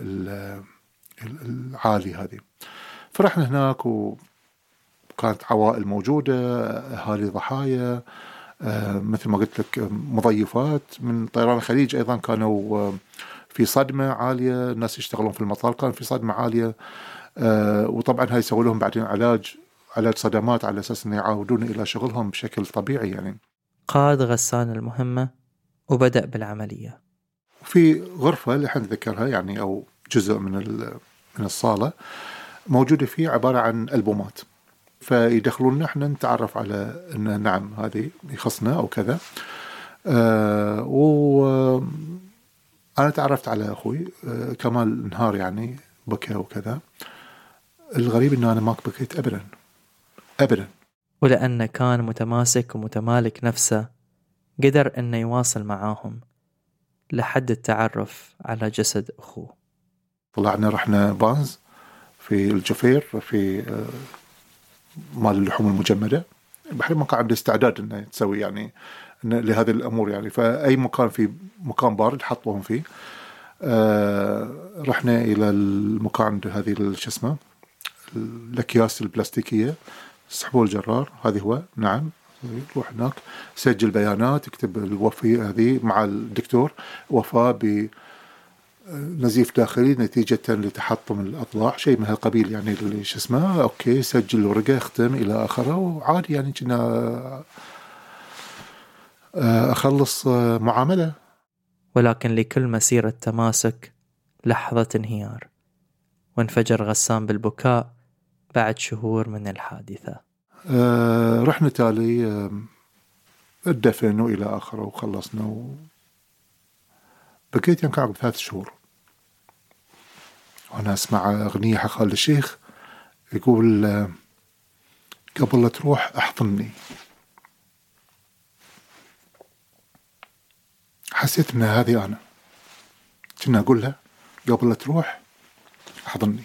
العالي هذه. فرحنا هناك وكانت عوائل موجودة، أهالي ضحايا، آه مثل ما قلت لك مضيفات من طيران الخليج أيضا كانوا في صدمة عالية، الناس يشتغلون في المطار كان في صدمة عالية. آه وطبعا هاي يسوي لهم بعدين علاج علاج صدمات على أساس أن يعودون إلى شغلهم بشكل طبيعي يعني. قاد غسان المهمة وبدأ بالعملية. في غرفة اللي حنذكرها يعني أو جزء من من الصالة موجودة فيه عبارة عن ألبومات، فيدخلوننا احنا نتعرف على ان نعم هذه يخصنا او كذا. آه و أنا تعرفت على أخوي كمال نهار يعني بكى وكذا. الغريب إنه أنا ما بكيت أبدا أبدا. ولأنه كان متماسك ومتمالك نفسه قدر أنه يواصل معاهم لحد التعرف على جسد أخوه. طلعنا رحنا بانز في الجفير في مال اللحوم المجمدة. البحرين ما كان عنده استعداد إنه تسوي يعني إنه لهذه الأمور يعني، فأي مكان في مكان بارد حطوهم فيه. آه رحنا إلى المكان هذه شو اسمه الأكياس البلاستيكية، سحبوا الجرار هذه هو نعم، يروح هناك سجل بيانات، يكتب الوفاة هذه مع الدكتور وفاة بنزيف داخلي نتيجة لتحطم الأضلاع شيء من هالقبيل يعني اللي شو اسمه. أوكي سجل ورقة اختم إلى آخره وعادي يعني كنا أخلص معاملة. ولكن لكل مسيرة تماسك لحظة انهيار، وانفجر غسان بالبكاء بعد شهور من الحادثة. أه رحنا تالي أه الدفن وإلى آخره وخلصنا و... بكيت يمكن عقب ثلاث شهور وأنا أسمع أغنية حق خالد الشيخ يقول أه قبل لا تروح أحضني. حسيت إن هذه أنا كنا أقول لها قبل لا تروح أحضني.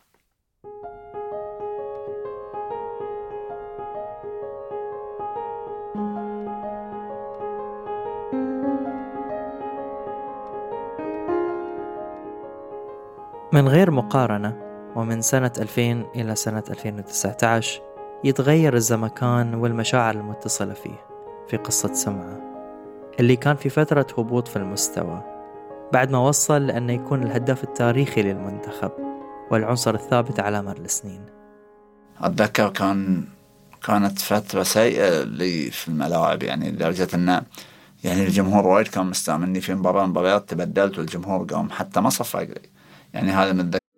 من غير مقارنة، ومن سنة ألفين إلى سنة ألفين وتسعة عشر يتغير الزمكان والمشاعر المتصلة فيه في قصة سمعة اللي كان في فترة هبوط في المستوى بعد ما وصل لأنه يكون الهداف التاريخي للمنتخب والعنصر الثابت على مر السنين. أتذكر كان كانت فترة سيئة لي في الملاعب يعني لدرجة أن يعني الجمهور وايد كان مستعملني في مباراة مباريات تبدلت والجمهور قام حتى ما صفق لي يعني هذا من ذلك.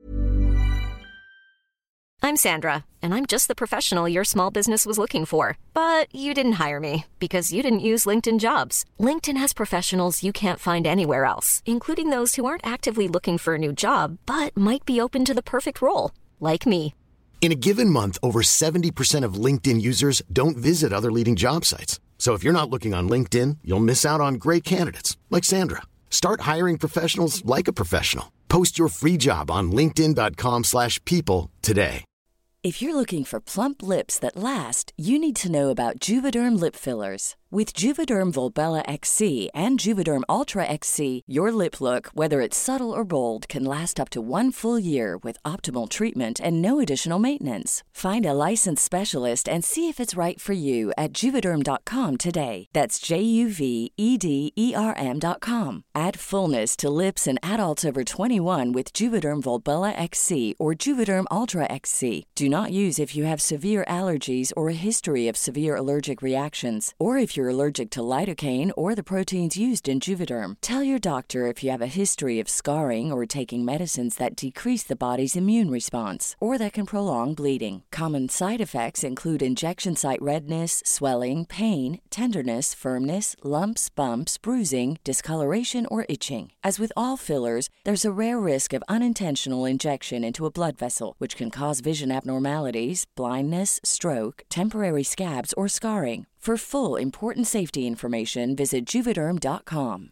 I'm Sandra, and I'm just the professional your small business was looking for. But you didn't hire me because you didn't use LinkedIn Jobs. LinkedIn has professionals you can't find anywhere else, including those who aren't actively looking for a new job, but might be open to the perfect role, like me. In a given month, over seventy percent of LinkedIn users don't visit other leading job sites. So if you're not looking on LinkedIn, you'll miss out on great candidates like Sandra. Start hiring professionals like a professional. Post your free job on linkedin dot com slash people today. If you're looking for plump lips that last, you need to know about Juvederm lip fillers. With Juvederm Volbella X C and Juvederm Ultra X C, your lip look, whether it's subtle or bold, can last up to one full year with optimal treatment and no additional maintenance. Find a licensed specialist and see if it's right for you at Juvederm dot com today. That's J U V E D E R M dot com. Add fullness to lips in adults over twenty-one with Juvederm Volbella X C or Juvederm Ultra X C. Do not use if you have severe allergies or a history of severe allergic reactions, or if you're allergic to lidocaine or the proteins used in Juvederm. Tell your doctor if you have a history of scarring or taking medicines that decrease the body's immune response or that can prolong bleeding. Common side effects include injection site redness, swelling, pain, tenderness, firmness, lumps, bumps, bruising, discoloration, or itching. As with all fillers, there's a rare risk of unintentional injection into a blood vessel, which can cause vision abnormalities, blindness, stroke, temporary scabs, or scarring. For full important safety information, visit Juvederm dot com.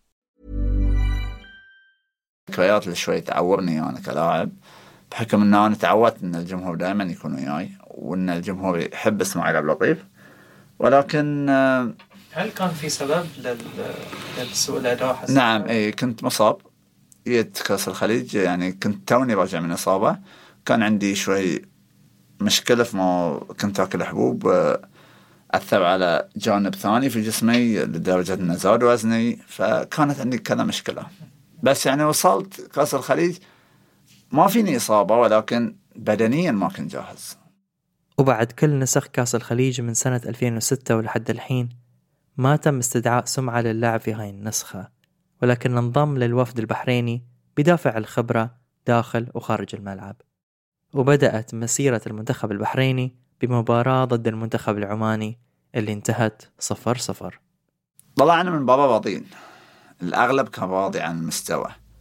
ذكريات اللي شوي تعورني أنا كلاعب بحكم إن أنا تعودت إن الجمهور دائما يكون وياي وإن الجمهور يحب يسمع لعب لطيف. ولكن هل كان في سبب للسوء الأداء؟ نعم إيه كنت مصاب جيت كأس الخليج يعني كنت توني راجع من إصابة كان عندي شوي مشكلة في ما كنت أكل حبوب أثر على جانب ثاني في جسمي لدرجة أن زاد وزني فكانت عندي كذا مشكلة. بس يعني وصلت كأس الخليج ما فيني إصابة ولكن بدنيا ما كنت جاهز. وبعد كل نسخ كأس الخليج من سنة ألفين وستة ولحد الحين ما تم استدعاء سمعة للعب في هاي النسخة، ولكن انضم للوفد البحريني بدافع الخبرة داخل وخارج الملعب. وبدأت مسيرة المنتخب البحريني بمباراة ضد المنتخب العماني اللي انتهت صفر صفر. طلعنا من بابا راضين، الأغلب كان راضي عن المستوى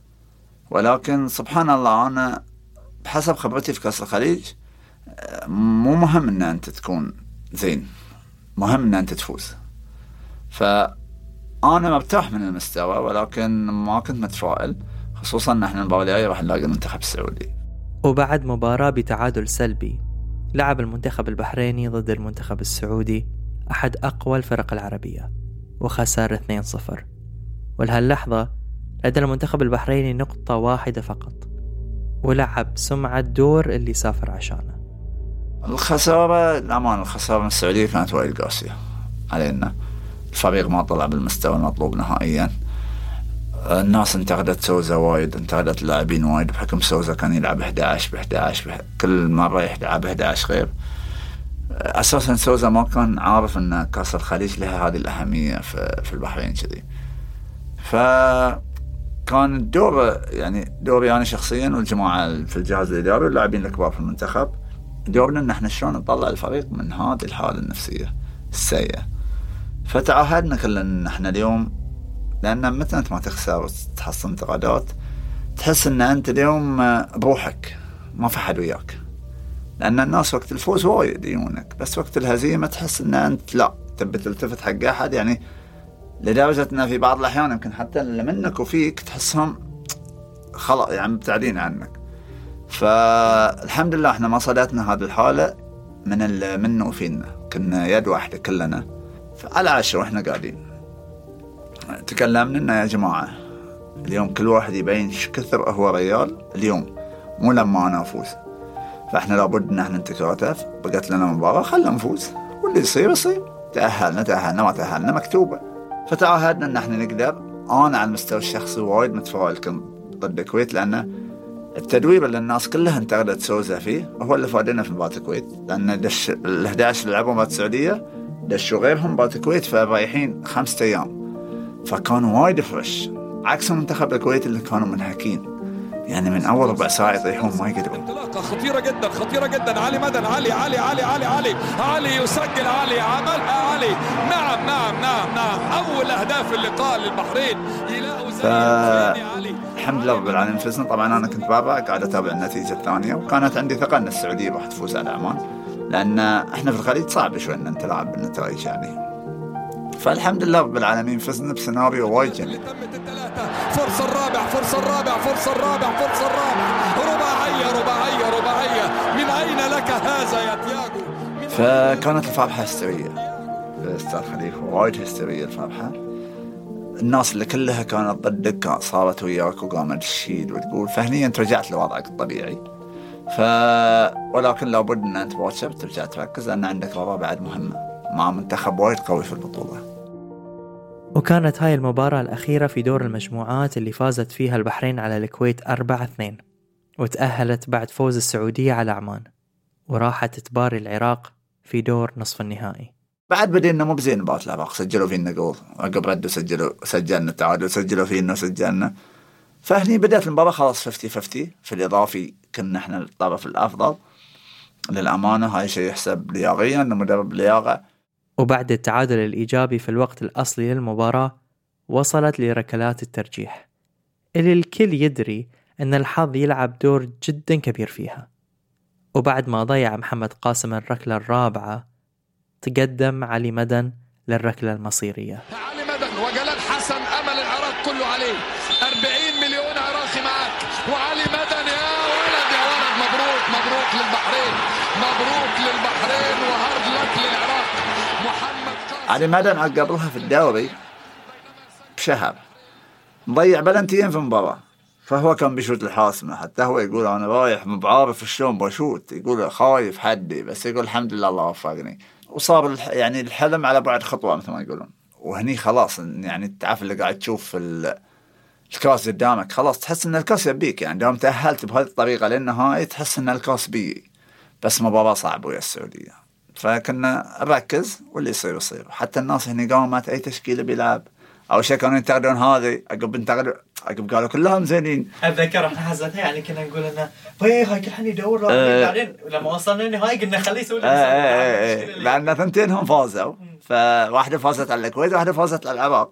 ولكن سبحان الله أنا بحسب خبرتي في كأس الخليج مو مهم أن أنت تكون زين، مهم أن أنت تفوز. فأنا مرتاح من المستوى، ولكن ما كنت متفائل، خصوصا أن احنا المباراة الجاية راح نلاقي المنتخب السعودي. وبعد مباراة بتعادل سلبي لعب المنتخب البحريني ضد المنتخب السعودي، أحد أقوى الفرق العربية، وخسر اثنين صفر. ولهاللحظة لدى المنتخب البحريني نقطة واحدة فقط، ولعب سمعة دور اللي سافر عشانه. الخسارة الأمان الخسارة من السعودية كانت وايد قاسية علينا. الفريق ما طلع بالمستوى المطلوب نهائيا. الناس انتقدت سوزا وايد، انتقدت اللاعبين وايد بحكم سوزا كان يلعب أحد عشر بأحد عشر بح... كل مرة يلعب أحد عشر غير. أساسا سوزا ما كان عارف أن كأس الخليج لها هذه الأهمية في, في البحرين كذي. فكان الدور يعني دوري أنا شخصيا والجماعة في الجهاز الإداري واللاعبين الكبار في المنتخب، دورنا أن احنا شلون نطلع الفريق من هذه الحالة النفسية السيئة. فتعهدنا كلنا أن احنا اليوم، لأن متى أنت ما تخسر وتحصل انتقادات تحس أن أنت اليوم بروحك ما في حد وياك، لأن الناس وقت الفوز وايد يجونك، بس وقت الهزيمة تحس أن أنت لا تبي تلتفت حق أحد، يعني لدرجة أن في بعض الأحيان يمكن حتى اللي منك وفيك تحسهم خلاص يعني مبتعدين عنك. فالحمد لله احنا ما صدتنا هذه الحالة من منه وفينا، كنا يد واحدة كلنا. فعلى عشرة واحنا قاعدين تكلمنا إن يا جماعة اليوم كل واحد يبين كثر هو ريال اليوم، مو لما أنا أفوز. فإحنا لابد إن إحنا نتكاتف، بقت لنا مباراة خلنا نفوز، واللي يصير يصير، تأهلنا تأهلنا ما تأهلنا مكتوبة. فتعهدنا إن إحنا نقدر. أنا على المستوى الشخصي وايد متفائل كنت ضد الكويت، لأن التدوير اللي الناس كلها انتقدت سوزا فيه هو اللي فادنا في مباراة الكويت، لأن دش الأحد عشر اللي لعبوا مباراة السعودية دشوا غيرهم مباراة الكويت فرايحين خمسة أيام، فكانوا وايد فريش عكس منتخب الكويت اللي كانوا منهكين، يعني من أول ربع ساعة يطيحون ما يقدرون. انطلاقة خطيرة جدا خطيرة جدا. علي مدن علي علي علي علي علي علي يسجل، علي عملها علي. نعم نعم نعم نعم أول أهداف اللقاء للبحرين يلاقوا زي علي. الحمد لله رب العالمين فزنا. طبعا أنا كنت بابا قاعد أتابع النتيجة الثانية، وكانت عندي ثقة أن السعودية راح تفوز على عمان، لأن إحنا في الخليج صعب شوي أن أنت تلعب بالنتائج يعني. فالحمد لله رب العالمين فزنا بسيناريو وايد جميل. فرصة الرابع فرصة الرابع فرصة الرابع فرصة الرابع رباعية رباعية رباعية. من أين لك هذا يا تياغو؟ فكانت الفرحة هستيرية في استاد خليفة، وايد هستيرية الفرحة. الناس اللي كلها كانت ضدك صارت وياك وقامت تشيد وتقول، فهنيا انت رجعت لوضعك الطبيعي. ف ولكن لابد ان انت بواتشب ترجع تركز، لان عندك مباراة بعد مهمة مع منتخب وايد قوي في البطولة. وكانت هاي المباراة الأخيرة في دور المجموعات اللي فازت فيها البحرين على الكويت أربعة اثنين، وتأهلت بعد فوز السعودية على عمان، وراحت تباري العراق في دور نصف النهائي. بعد بدينا مو بزين مباراة العراق، سجلوا فينا جول، عقب ردوا سجلوا سجلنا التعادل، سجلوا فينا وسجلنا. فهني بدأت المباراة خلاص خمسين خمسين. في الإضافي كنا احنا الطرف الأفضل للأمانة، هاي شيء يحسب لياغيا أنه مدرب لياغة. وبعد التعادل الإيجابي في الوقت الأصلي للمباراة وصلت لركلات الترجيح اللي الكل يدري أن الحظ يلعب دور جدا كبير فيها. وبعد ما ضيع محمد قاسم الركلة الرابعة، تقدم علي مدن للركلة المصيرية. علي مدن وجلال حسن أمل العراق كله عليه، أربعين مليون عراقي معك، وعلي مدن يا ولد يا ولد. مبروك مبروك للبحرين، مبروك للبحرين وهارد لك للعراق. محمد قاسم علي مدن قبلها في الدوري بشهر مضيع بلنتين في مباراة، فهو كان بيشوت الحاسمة. حتى هو يقول أنا رايح مبعارف شلون بشوت، يقول خايف حدي، بس يقول الحمد لله الله وفقني. وصار الح... يعني الحلم على بعد خطوة مثل ما يقولون. وهني خلاص يعني تعرف اللي قاعد تشوف في ال... الكاس قدامك، خلاص تحس ان الكاس يبيك، يعني دام تأهلت بهذه الطريقة للنهائي تحس ان الكاس بي. بس مباراة صعبة ويا السعودية، فكنا نركز واللي يصير يصير. حتى الناس هني قامت اي تشكيلة بيلعب او شيء كانوا ينتقدون هذه، عقب انتقدوا عقب قالوا كلهم زينين. اتذكر احنا حزتها يعني كنا نقول لنا باي هاي كل حين يدور له، بعدين لما وصلنا النهائي قلنا خليه يسوي لنا، لان ثنتين هم فازوا، فواحده فازت على الكويت وواحده فازت على العراق.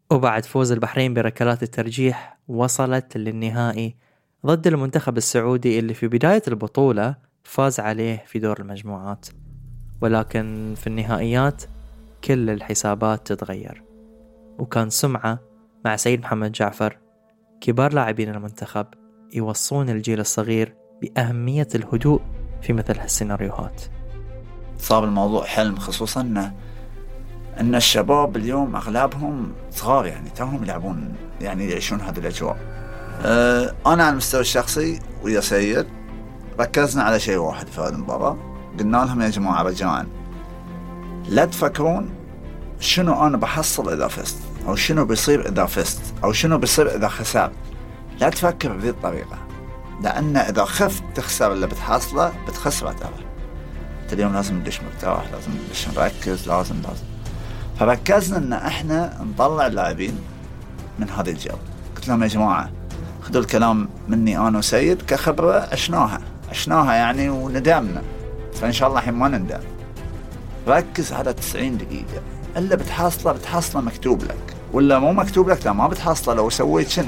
وبعد فوز البحرين بركلات الترجيح وصلت للنهائي ضد المنتخب السعودي اللي في بداية البطولة فاز عليه في دور المجموعات، ولكن في النهائيات كل الحسابات تتغير. وكان سمعة مع سيد محمد جعفر كبار لاعبين المنتخب يوصون الجيل الصغير بأهمية الهدوء في مثل هالسيناريوهات. صار الموضوع حلم، خصوصا أن أن الشباب اليوم أغلبهم صغار، يعني توهم يلعبون، يعني يعيشون هذه الأجواء. أه أنا على المستوى الشخصي ويا سيد ركزنا على شيء واحد في هذه المباراة، قلنا لهم يا جماعة رجاءً لا تفكرون شنو أنا بحصل إذا فزت، أو شنو بيصير إذا فزت، أو شنو بيصير إذا خسرت. لا تفكر بهذه الطريقة، لأن إذا خفت تخسر اللي بتحصله بتخسره. ترى اليوم لازم ندش مرتاح، لازم ندش نركز، لازم لازم فركزنا إن إحنا نطلع اللاعبين من هذه الجو. قلت لهم يا جماعة خذوا الكلام مني أنا وسيد كخبرة عشناها عشناها يعني وندمنا، فإن شاء الله الحين ما نندم. ركز على تسعين دقيقة، إلا بتحصله بتحصله مكتوب لك، ولا مو مكتوب لك لا ما بتحصله لو سويت شنو.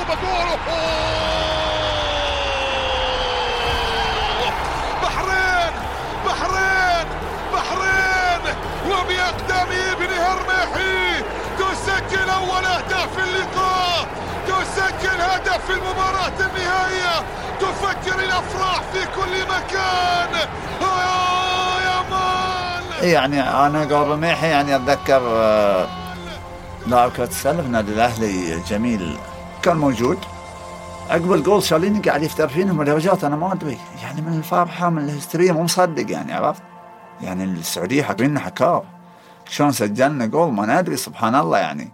بحرين بحرين بحرين وبيقدم ابن هرمحي تسجل أول أهداف في اللقاء، تسجل هدف في المباراة النهائية، تفكر الأفراح في كل مكان. آه يا مان. يعني أنا قبل رميحي يعني أتذكر آه لاعب كرة السلة في نادي الأهلي جميل كان موجود، عقب الجول شاليني قاعد يفتر فينهم درجات أنا ما أدري، يعني من الفرحة من الهستيريا مو مصدق، يعني عرفت يعني السعودية حاكمين حكار شلون سجلنا جول ما ندري سبحان الله. يعني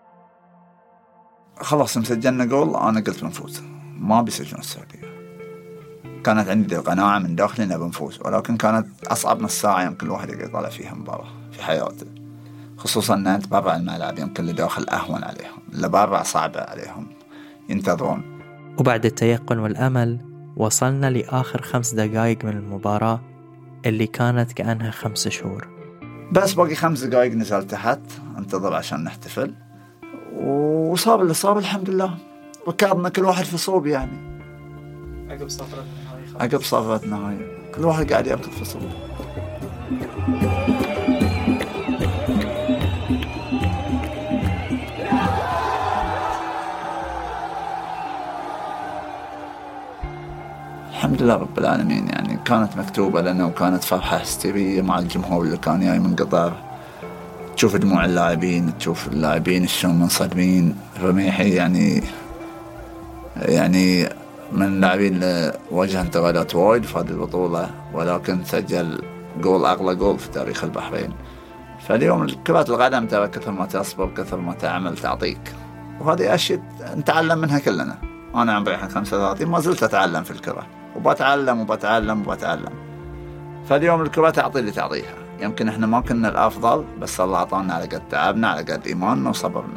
خلاص مسجلنا جول أنا قلت بنفوز، ما بيسجلون السعودية. كانت عندي القناعة من داخلي إنه بنفوز، ولكن كانت أصعب نص ساعة يمكن الواحد يطلع فيها مباراة في حياته، خصوصا أن أنت برا الملعب يمكن اللي داخل أهون عليهم، اللي برا صعبة عليهم ينتظرون. وبعد التيقن والأمل وصلنا لآخر خمس دقائق من المباراة اللي كانت كأنها خمس شهور. بس باقي خمس دقائق نزلت تحت انتظر عشان نحتفل، وصاب اللي صاب الحمد لله، ركضنا كل واحد في صوب يعني عقب صفرة النهاية عقب صفرة النهاية كل واحد قاعد يركض في صوب. الحمد لله رب العالمين، يعني كانت مكتوبة لنا وكانت فرحة هستيرية مع الجمهور اللي كان جاي من قطر. تشوف دموع اللاعبين، تشوف اللاعبين شلون منصدمين. رميحي يعني يعني من اللاعبين اللي واجه انتقادات وايد في هذه البطولة، ولكن سجل جول أغلى جول في تاريخ البحرين. فاليوم كرة القدم ترى كثر ما تصبر كثر ما تعمل تعطيك، وهذه أشياء نتعلم منها كلنا. أنا عمري خمسة وثلاثين ما زلت أتعلم في الكرة، وبتعلم وبتعلم وبتعلم. فاليوم الكرة تعطي اللي تعطيها، يمكن إحنا ما كنا الأفضل بس الله عطانا على قد تعبنا على قد إيماننا وصبرنا.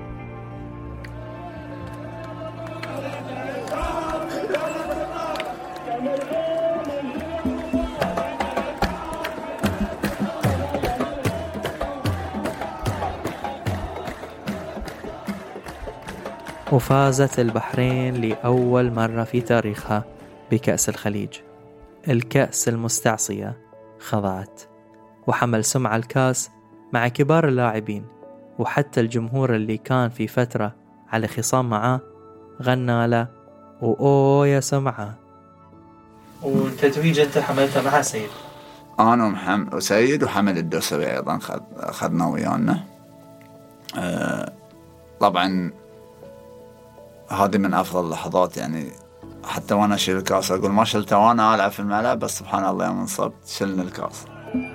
وفازت البحرين لأول مرة في تاريخها بكأس الخليج. الكأس المستعصية خضعت، وحمل سمع الكاس مع كبار اللاعبين، وحتى الجمهور اللي كان في فترة على خصام معاه غنى له وأوه يا سمعة. والتتويج أنت حملتها مع سيد؟ أنا ومحمد وسيد وحمد الدوسري أيضا أخذنا ويانا. أه طبعا هذه من أفضل اللحظات، يعني حتى وأنا أشيل الكاس أقول ما شلته وأنا ألعب في الملعب، بس سبحان الله يوم انصبت شلنا الكاس.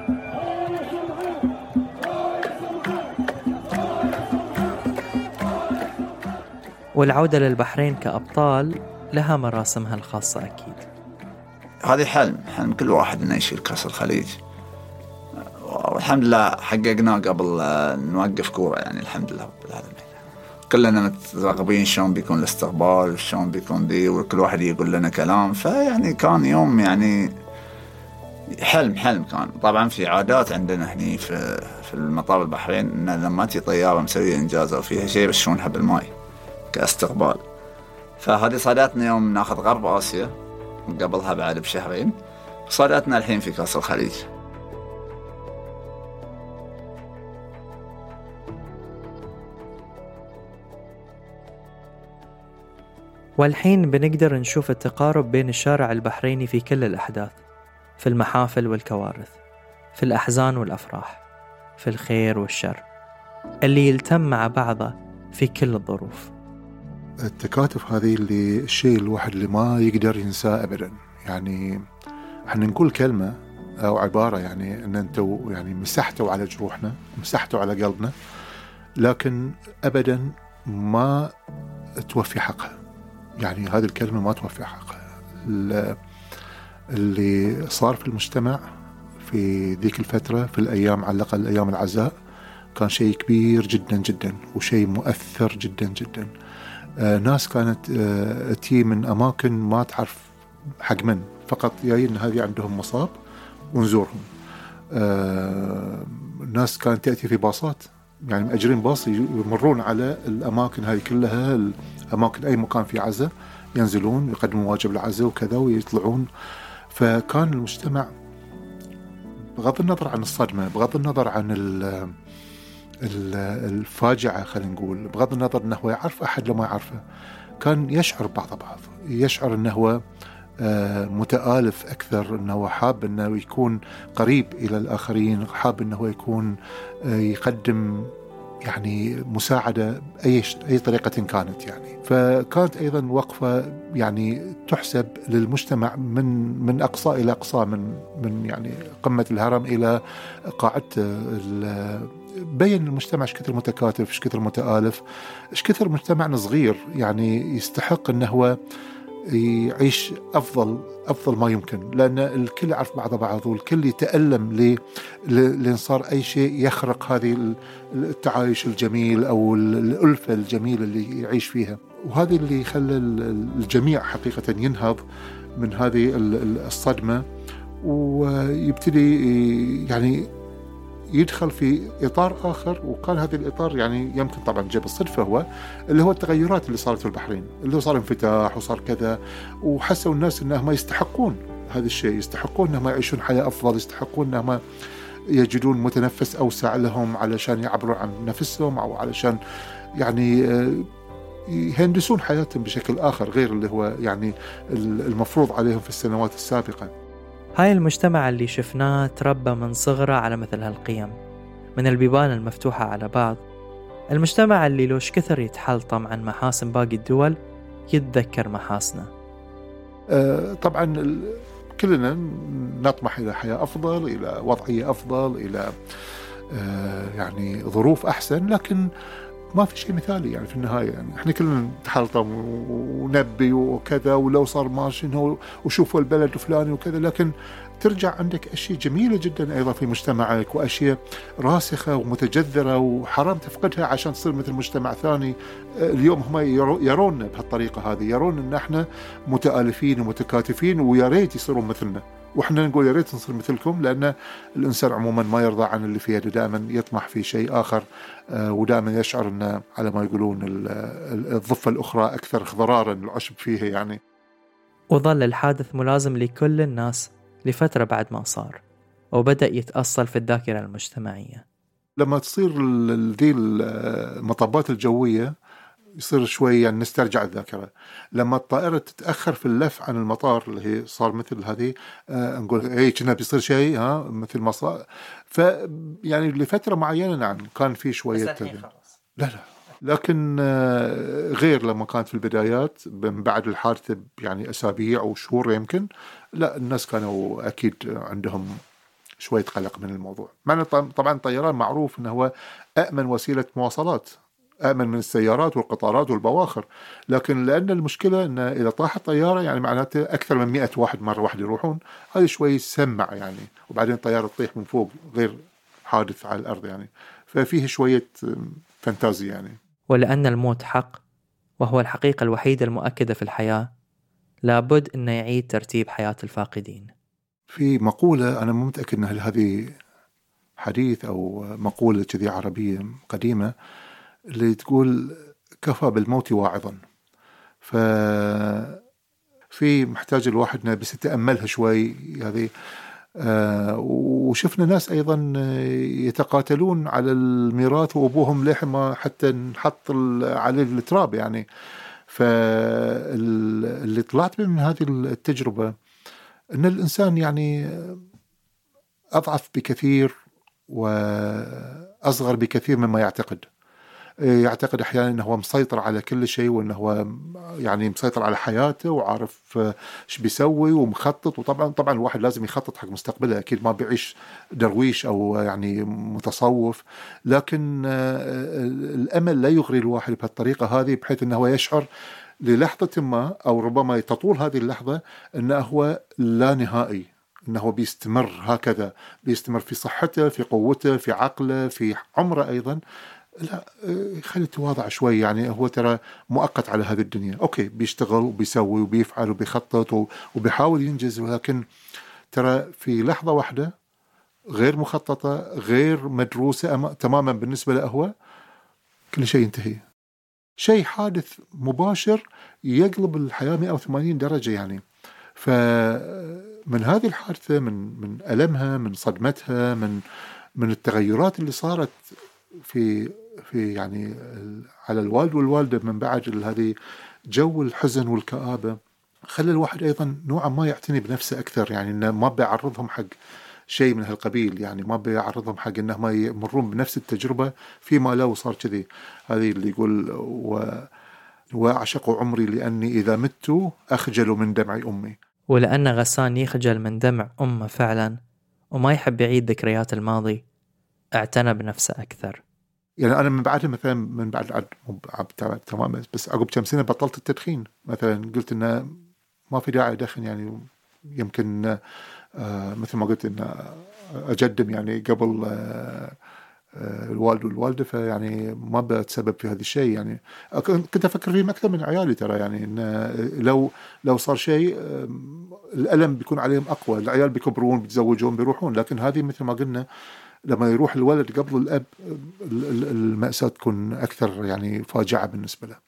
والعودة للبحرين كأبطال لها مراسمها الخاصة أكيد. هذه حلم حلم كل واحد إنه يشيل كأس الخليج، والحمد لله حققناه قبل نوقف كورة، يعني الحمد لله رب العالمين. كلنا مترقبين شلون بيكون الاستقبال وشلون بيكون دي، وكل واحد يقول لنا كلام، فيعني كان يوم يعني حلم حلم كان. طبعا في عادات عندنا هني في في المطار البحرين إن لما تي طيارة مسوية إنجاز أو فيها شيء بشونها بالماء كاستقبال. فهذه صادتنا يوم ناخذ غرب آسيا قبلها بعد بشهرين، صادتنا الحين في كأس الخليج. والحين بنقدر نشوف التقارب بين الشارع البحريني في كل الأحداث، في المحافل والكوارث، في الأحزان والأفراح، في الخير والشر، اللي يلتم مع بعضه في كل الظروف. التكاتف هذه اللي الشيء الواحد اللي ما يقدر ينساه أبدا. يعني احنا نقول كلمة أو عبارة يعني أن أنتوا يعني مسحتوا على جروحنا، مسحتوا على قلبنا، لكن أبدا ما توفي حقها. يعني هذه الكلمة ما توفي حقها. اللي صار في المجتمع في ذيك الفترة في الأيام على الأقل أيام العزاء كان شيء كبير جدا جدا وشيء مؤثر جدا جدا. آه ناس كانت آه تي من أماكن ما تعرف حق من، فقط جايين هذه عندهم مصاب ونزورهم. آه ناس كانت تأتي في باصات، يعني مأجرين باص يمرون على الأماكن هذه كلها، الأماكن أي مكان في عزاء ينزلون يقدموا واجب العزاء وكذا ويطلعون. فكان المجتمع بغض النظر عن الصدمة، بغض النظر عن الفاجعة، خلينا نقول بغض النظر أنه هو يعرف أحد لما يعرفه، كان يشعر بعض بعض، يشعر أنه هو متآلف أكثر، أنه حاب أنه يكون قريب إلى الآخرين، حاب أنه يكون يقدم يعني مساعدة أي أي طريقة كانت. يعني فكانت أيضا وقفة يعني تحسب للمجتمع من من أقصى إلى أقصى، من من يعني قمة الهرم إلى قاعدة. بين المجتمع ايش كثر متكاتف، ايش كثر متآلف، ايش كثر مجتمعنا صغير يعني يستحق أنه هو يعيش أفضل أفضل ما يمكن، لأن الكل يعرف بعض بعض والكل يتألم لين صار أي شيء يخرق هذه التعايش الجميل أو الألفة الجميلة اللي يعيش فيها. وهذا اللي خلى الجميع حقيقة ينهض من هذه الصدمة ويبتدي يعني يدخل في إطار آخر. وكان هذا الإطار يعني يمكن طبعا جاب الصدفة، هو اللي هو التغيرات اللي صارت في البحرين، اللي صار انفتاح وصار كذا، وحسوا الناس أنهم يستحقون هذا الشيء، يستحقون أنهم يعيشون حياة أفضل، يستحقون أنهم يجدون متنفس أوسع لهم علشان يعبروا عن نفسهم أو علشان يعني يهندسون حياتهم بشكل آخر غير اللي هو يعني المفروض عليهم في السنوات السابقة. هاي المجتمع اللي شفناه تربى من صغره على مثل هالقيم، من البيبان المفتوحة على بعض، المجتمع اللي لوش كثر يتحلطم عن محاسن باقي الدول يتذكر محاسنه. آه طبعا كلنا نطمح إلى حياة أفضل، إلى وضعية أفضل، إلى آه يعني ظروف أحسن، لكن ما في شيء مثالي يعني في النهاية. يعني احنا كلنا نتحلطم ونبي وكذا، ولو صار ماشي وشوفوا البلد فلاني وكذا، لكن ترجع عندك أشياء جميلة جدا أيضا في مجتمعك وأشياء راسخة ومتجذرة وحرام تفقدها عشان تصير مثل مجتمع ثاني. اليوم هم يروننا بهالطريقة هذه، يرون أن احنا متآلفين ومتكاتفين ويا ريت يصيرون مثلنا، وإحنا نقول يا ريت نصير مثلكم، لأن الإنسان عموما ما يرضى عن اللي في يده، دائما يطمح في شيء آخر، ودائما يشعر أن على ما يقولون الضفة الأخرى أكثر خضرارا العشب فيها يعني. وظل الحادث ملازم لكل الناس لفترة بعد ما صار، وبدأ يتأصل في الذاكرة المجتمعية. لما تصير ذي المطبات الجوية يصير شوي يعني نسترجع الذاكرة. لما الطائرة تتأخر في اللف عن المطار اللي هي صار مثل هذه، آه نقول ايه كنا بيصير شيء ها مثل ما صار. ف يعني لفترة معينة نعم كان في شوية لا لا، لكن آه غير لما كانت في البدايات من بعد الحادثة يعني أسابيع أو شهور يمكن، لا الناس كانوا أكيد عندهم شوية قلق من الموضوع. معنى طبعا الطيران معروف أنه هو أأمن وسيلة مواصلات، أأمن من السيارات والقطارات والبواخر، لكن لأن المشكلة أن إذا طاحت طيارة يعني معناته أكثر من مئة واحد مرة واحد يروحون، هذا شوي سمع يعني، وبعدين الطيارة تطيح من فوق غير حادث على الأرض يعني، ففيه شوية فانتازي يعني. ولأن الموت حق وهو الحقيقة الوحيدة المؤكدة في الحياة، لابد أن يعيد ترتيب حياة الفاقدين. في مقولة أنا مو متأكد أن هذه حديث أو مقولة كذي عربية قديمة اللي تقول كفى بالموت واعظا. ففي محتاج الواحد بس يتأملها شوي هذه. آه وشفنا ناس أيضا يتقاتلون على الميراث وأبوهم لحم حتى نحط على التراب يعني. فاللي طلعت من هذه التجربة أن الإنسان يعني أضعف بكثير وأصغر بكثير مما يعتقد. يعتقد أحيانا أنه هو مسيطر على كل شيء، وأنه هو يعني مسيطر على حياته وعارف إيش بيسوي ومخطط. وطبعا طبعا الواحد لازم يخطط حق مستقبله، أكيد ما بيعيش درويش أو يعني متصوف، لكن الأمل لا يغري الواحد بهالطريقة هذه، بحيث أنه هو يشعر للحظة ما أو ربما تطول هذه اللحظة أنه هو لا نهائي، أنه هو بيستمر هكذا، بيستمر في صحته، في قوته، في عقله، في عمره أيضا. لا، خلي تواضع شوي يعني. هو ترى مؤقت على هذه الدنيا، أوكي بيشتغل وبيسوي وبيفعل وبيخطط وبيحاول ينجز، ولكن ترى في لحظة واحدة غير مخططة غير مدروسة تماما بالنسبة له هو كل شيء ينتهي. شيء حادث مباشر يقلب الحياة مئة وثمانين درجة يعني. فمن هذه الحادثة، من من ألمها، من صدمتها، من من التغيرات اللي صارت في في يعني على الوالد والوالدة من بعد هذه جو الحزن والكآبة، خلى الواحد أيضا نوعا ما يعتني بنفسه أكثر، يعني إنه ما بيعرضهم حق شيء من هالقبيل، يعني ما بيعرضهم حق إنهم ما يمرون بنفس التجربة فيما لو صار كذي. هذه اللي يقول و وأعشق عمري لأني إذا مت أخجل من دمع أمي. ولأن غسان يخجل من دمع أمه فعلا وما يحب يعيد ذكريات الماضي، اعتنى بنفسه أكثر. يعني أنا من بعدها مثلا من بعد تمام بس عقب كم سنة بطلت التدخين مثلا، قلت إنه ما في داعي أدخن يعني. يمكن آه مثل ما قلت إنه أجدم يعني قبل آه الوالد والوالدة، فيعني ما بتسبب في هذا الشيء يعني. كنت أفكر فيه أكثر من عيالي ترى، يعني إن لو لو صار شيء الألم بيكون عليهم أقوى، العيال بيكبرون بيتزوجون بيروحون، لكن هذه مثل ما قلنا لما يروح الولد قبل الأب المأساة تكون أكثر يعني فاجعة بالنسبة له.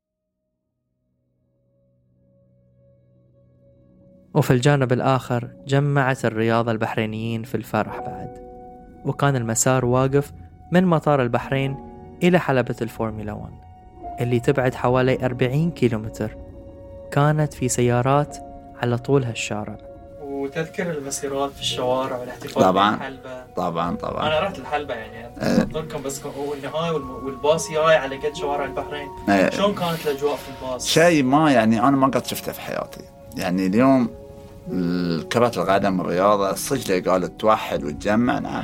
وفي الجانب الآخر جمعت الرياضة البحرينيين في الفرح بعد، وكان المسار واقف من مطار البحرين إلى حلبة الفورمولا واحد اللي تبعد حوالي أربعين كيلومتر. كانت في سيارات على طول هالشارع. وتذكر المسيرات في الشوارع والاحتفال طبعا بالحلبة. طبعا طبعا أنا رحت الحلبة يعني أذكركم، بس والنهاية والباص جاي على قد شوارع البحرين. أه. شلون كانت الأجواء في الباص؟ شيء ما يعني أنا ما قد شفته في حياتي يعني. اليوم كرة القدم الرياضة صجلة قالت توحد وتجمع. نعم،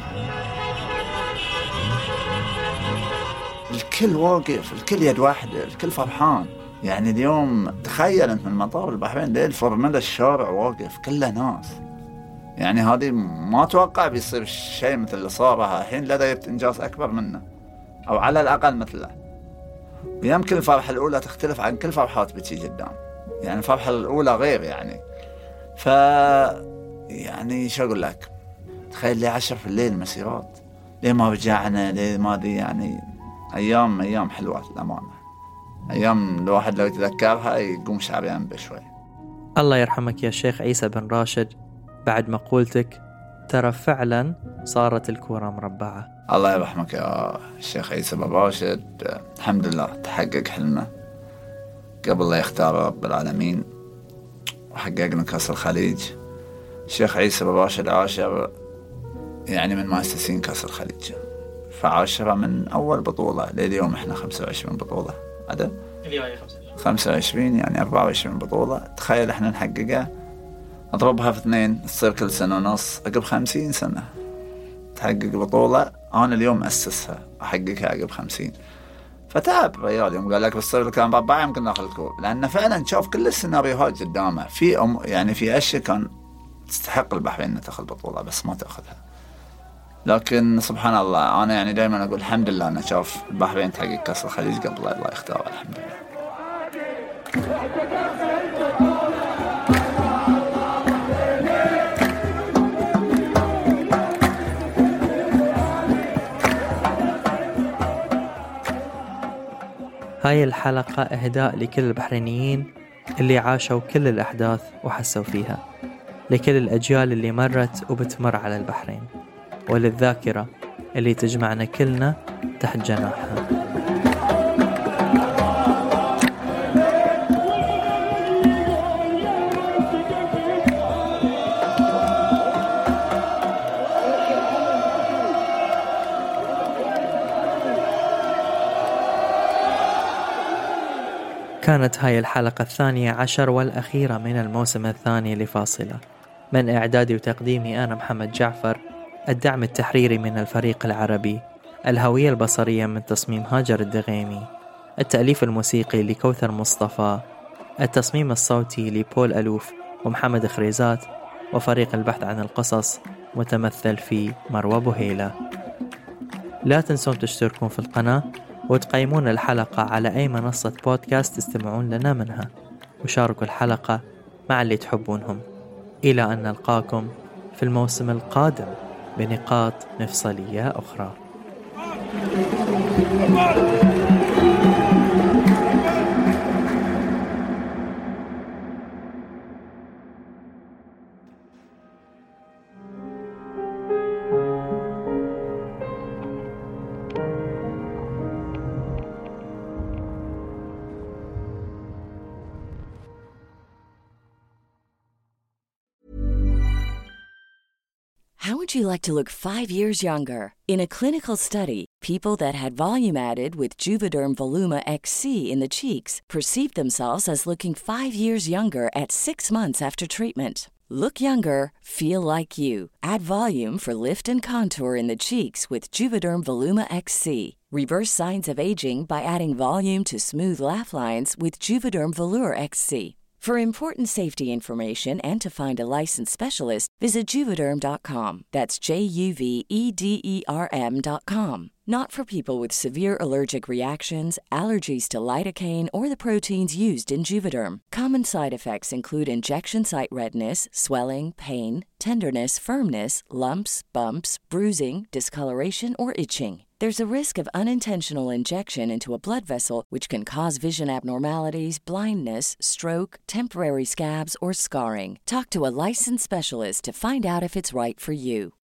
الكل واقف، الكل يد واحدة، الكل فرحان يعني. اليوم تخيل أنت من مطار البحرين ليل فرملة الشارع واقف كله ناس يعني. هذه ما توقع بيصير شيء مثل اللي صارها الحين، لدى إنجاز أكبر منه أو على الأقل مثله. ويمكن الفرحة الأولى تختلف عن كل فرحات بتي قدام يعني. الفرحة الأولى غير يعني. ف يعني شو أقول لك، تخيل لي عشر في الليل مسيرات، ليه ما رجعنا، ليه ما دي يعني. أيام أيام حلوة الأمانة، أيام الواحد لو يتذكرها يقوم شعريان بشوي. الله يرحمك يا شيخ عيسى بن راشد، بعد مقولتك ترى فعلا صارت الكرة مربعة. الله يرحمك يا الشيخ عيسى بن راشد، الحمد لله تحقق حلمه قبل لا يختار رب العالمين وحققنا كأس الخليج. الشيخ عيسى بن راشد عاشر يعني من مؤسسين كأس الخليج، فعاشرة من أول بطولة لليوم. إحنا خمسة وعشرين بطولة عدد خمسة وعشرين يعني أربعة وعشرين بطولة. تخيل إحنا نحققها، أضربها في اثنين تصير كل سنة ونص، عقب خمسين سنة تحقق بطولة. أنا اليوم أسسها أحققها عقب خمسين. فتعب ريال يوم قال لك بتصير كان بابا يمكن ناخذ الكوب، لأنه فعلا شوف كل السيناريوهات قدامه. في أم يعني في أشياء كان تستحق البحرين أن تأخذ بطولة بس ما تأخذها. لكن سبحان الله أنا يعني دائما أقول الحمد لله أنا شوف البحرين تحقق كأس الخليج قبل الله يختار. الحمد لله. هاي الحلقة إهداء لكل البحرينيين اللي عاشوا كل الأحداث وحسوا فيها، لكل الأجيال اللي مرت وبتمر على البحرين، وللذاكرة اللي تجمعنا كلنا تحت جناحها. كانت هاي الحلقة الثانية عشر والأخيرة من الموسم الثاني لفاصلة، من إعدادي وتقديمي أنا محمد جعفر، الدعم التحريري من الفريق العربي، الهوية البصرية من تصميم هاجر الدغيمي، التأليف الموسيقي لكوثر مصطفى، التصميم الصوتي لبول ألوف ومحمد خريزات، وفريق البحث عن القصص متمثل في مروى بوهيلة. لا تنسون تشتركون في القناة وتقيمون الحلقة على أي منصة بودكاست تستمعون لنا منها، وشاركوا الحلقة مع اللي تحبونهم. إلى أن نلقاكم في الموسم القادم بنقاط مفصلية أخرى. How would you like to look five years younger? In a clinical study, people that had volume added with Juvederm Voluma X C in the cheeks perceived themselves as looking five years younger at six months after treatment. Look younger, feel like you. Add volume for lift and contour in the cheeks with Juvederm Voluma X C. Reverse signs of aging by adding volume to smooth laugh lines with Juvederm Volure X C. For important safety information and to find a licensed specialist, visit Juvederm dot com. That's J U V E D E R M dot com. Not for people with severe allergic reactions, allergies to lidocaine, or the proteins used in Juvederm. Common side effects include injection site redness, swelling, pain, tenderness, firmness, lumps, bumps, bruising, discoloration, or itching. There's a risk of unintentional injection into a blood vessel, which can cause vision abnormalities, blindness, stroke, temporary scabs, or scarring. Talk to a licensed specialist to find out if it's right for you.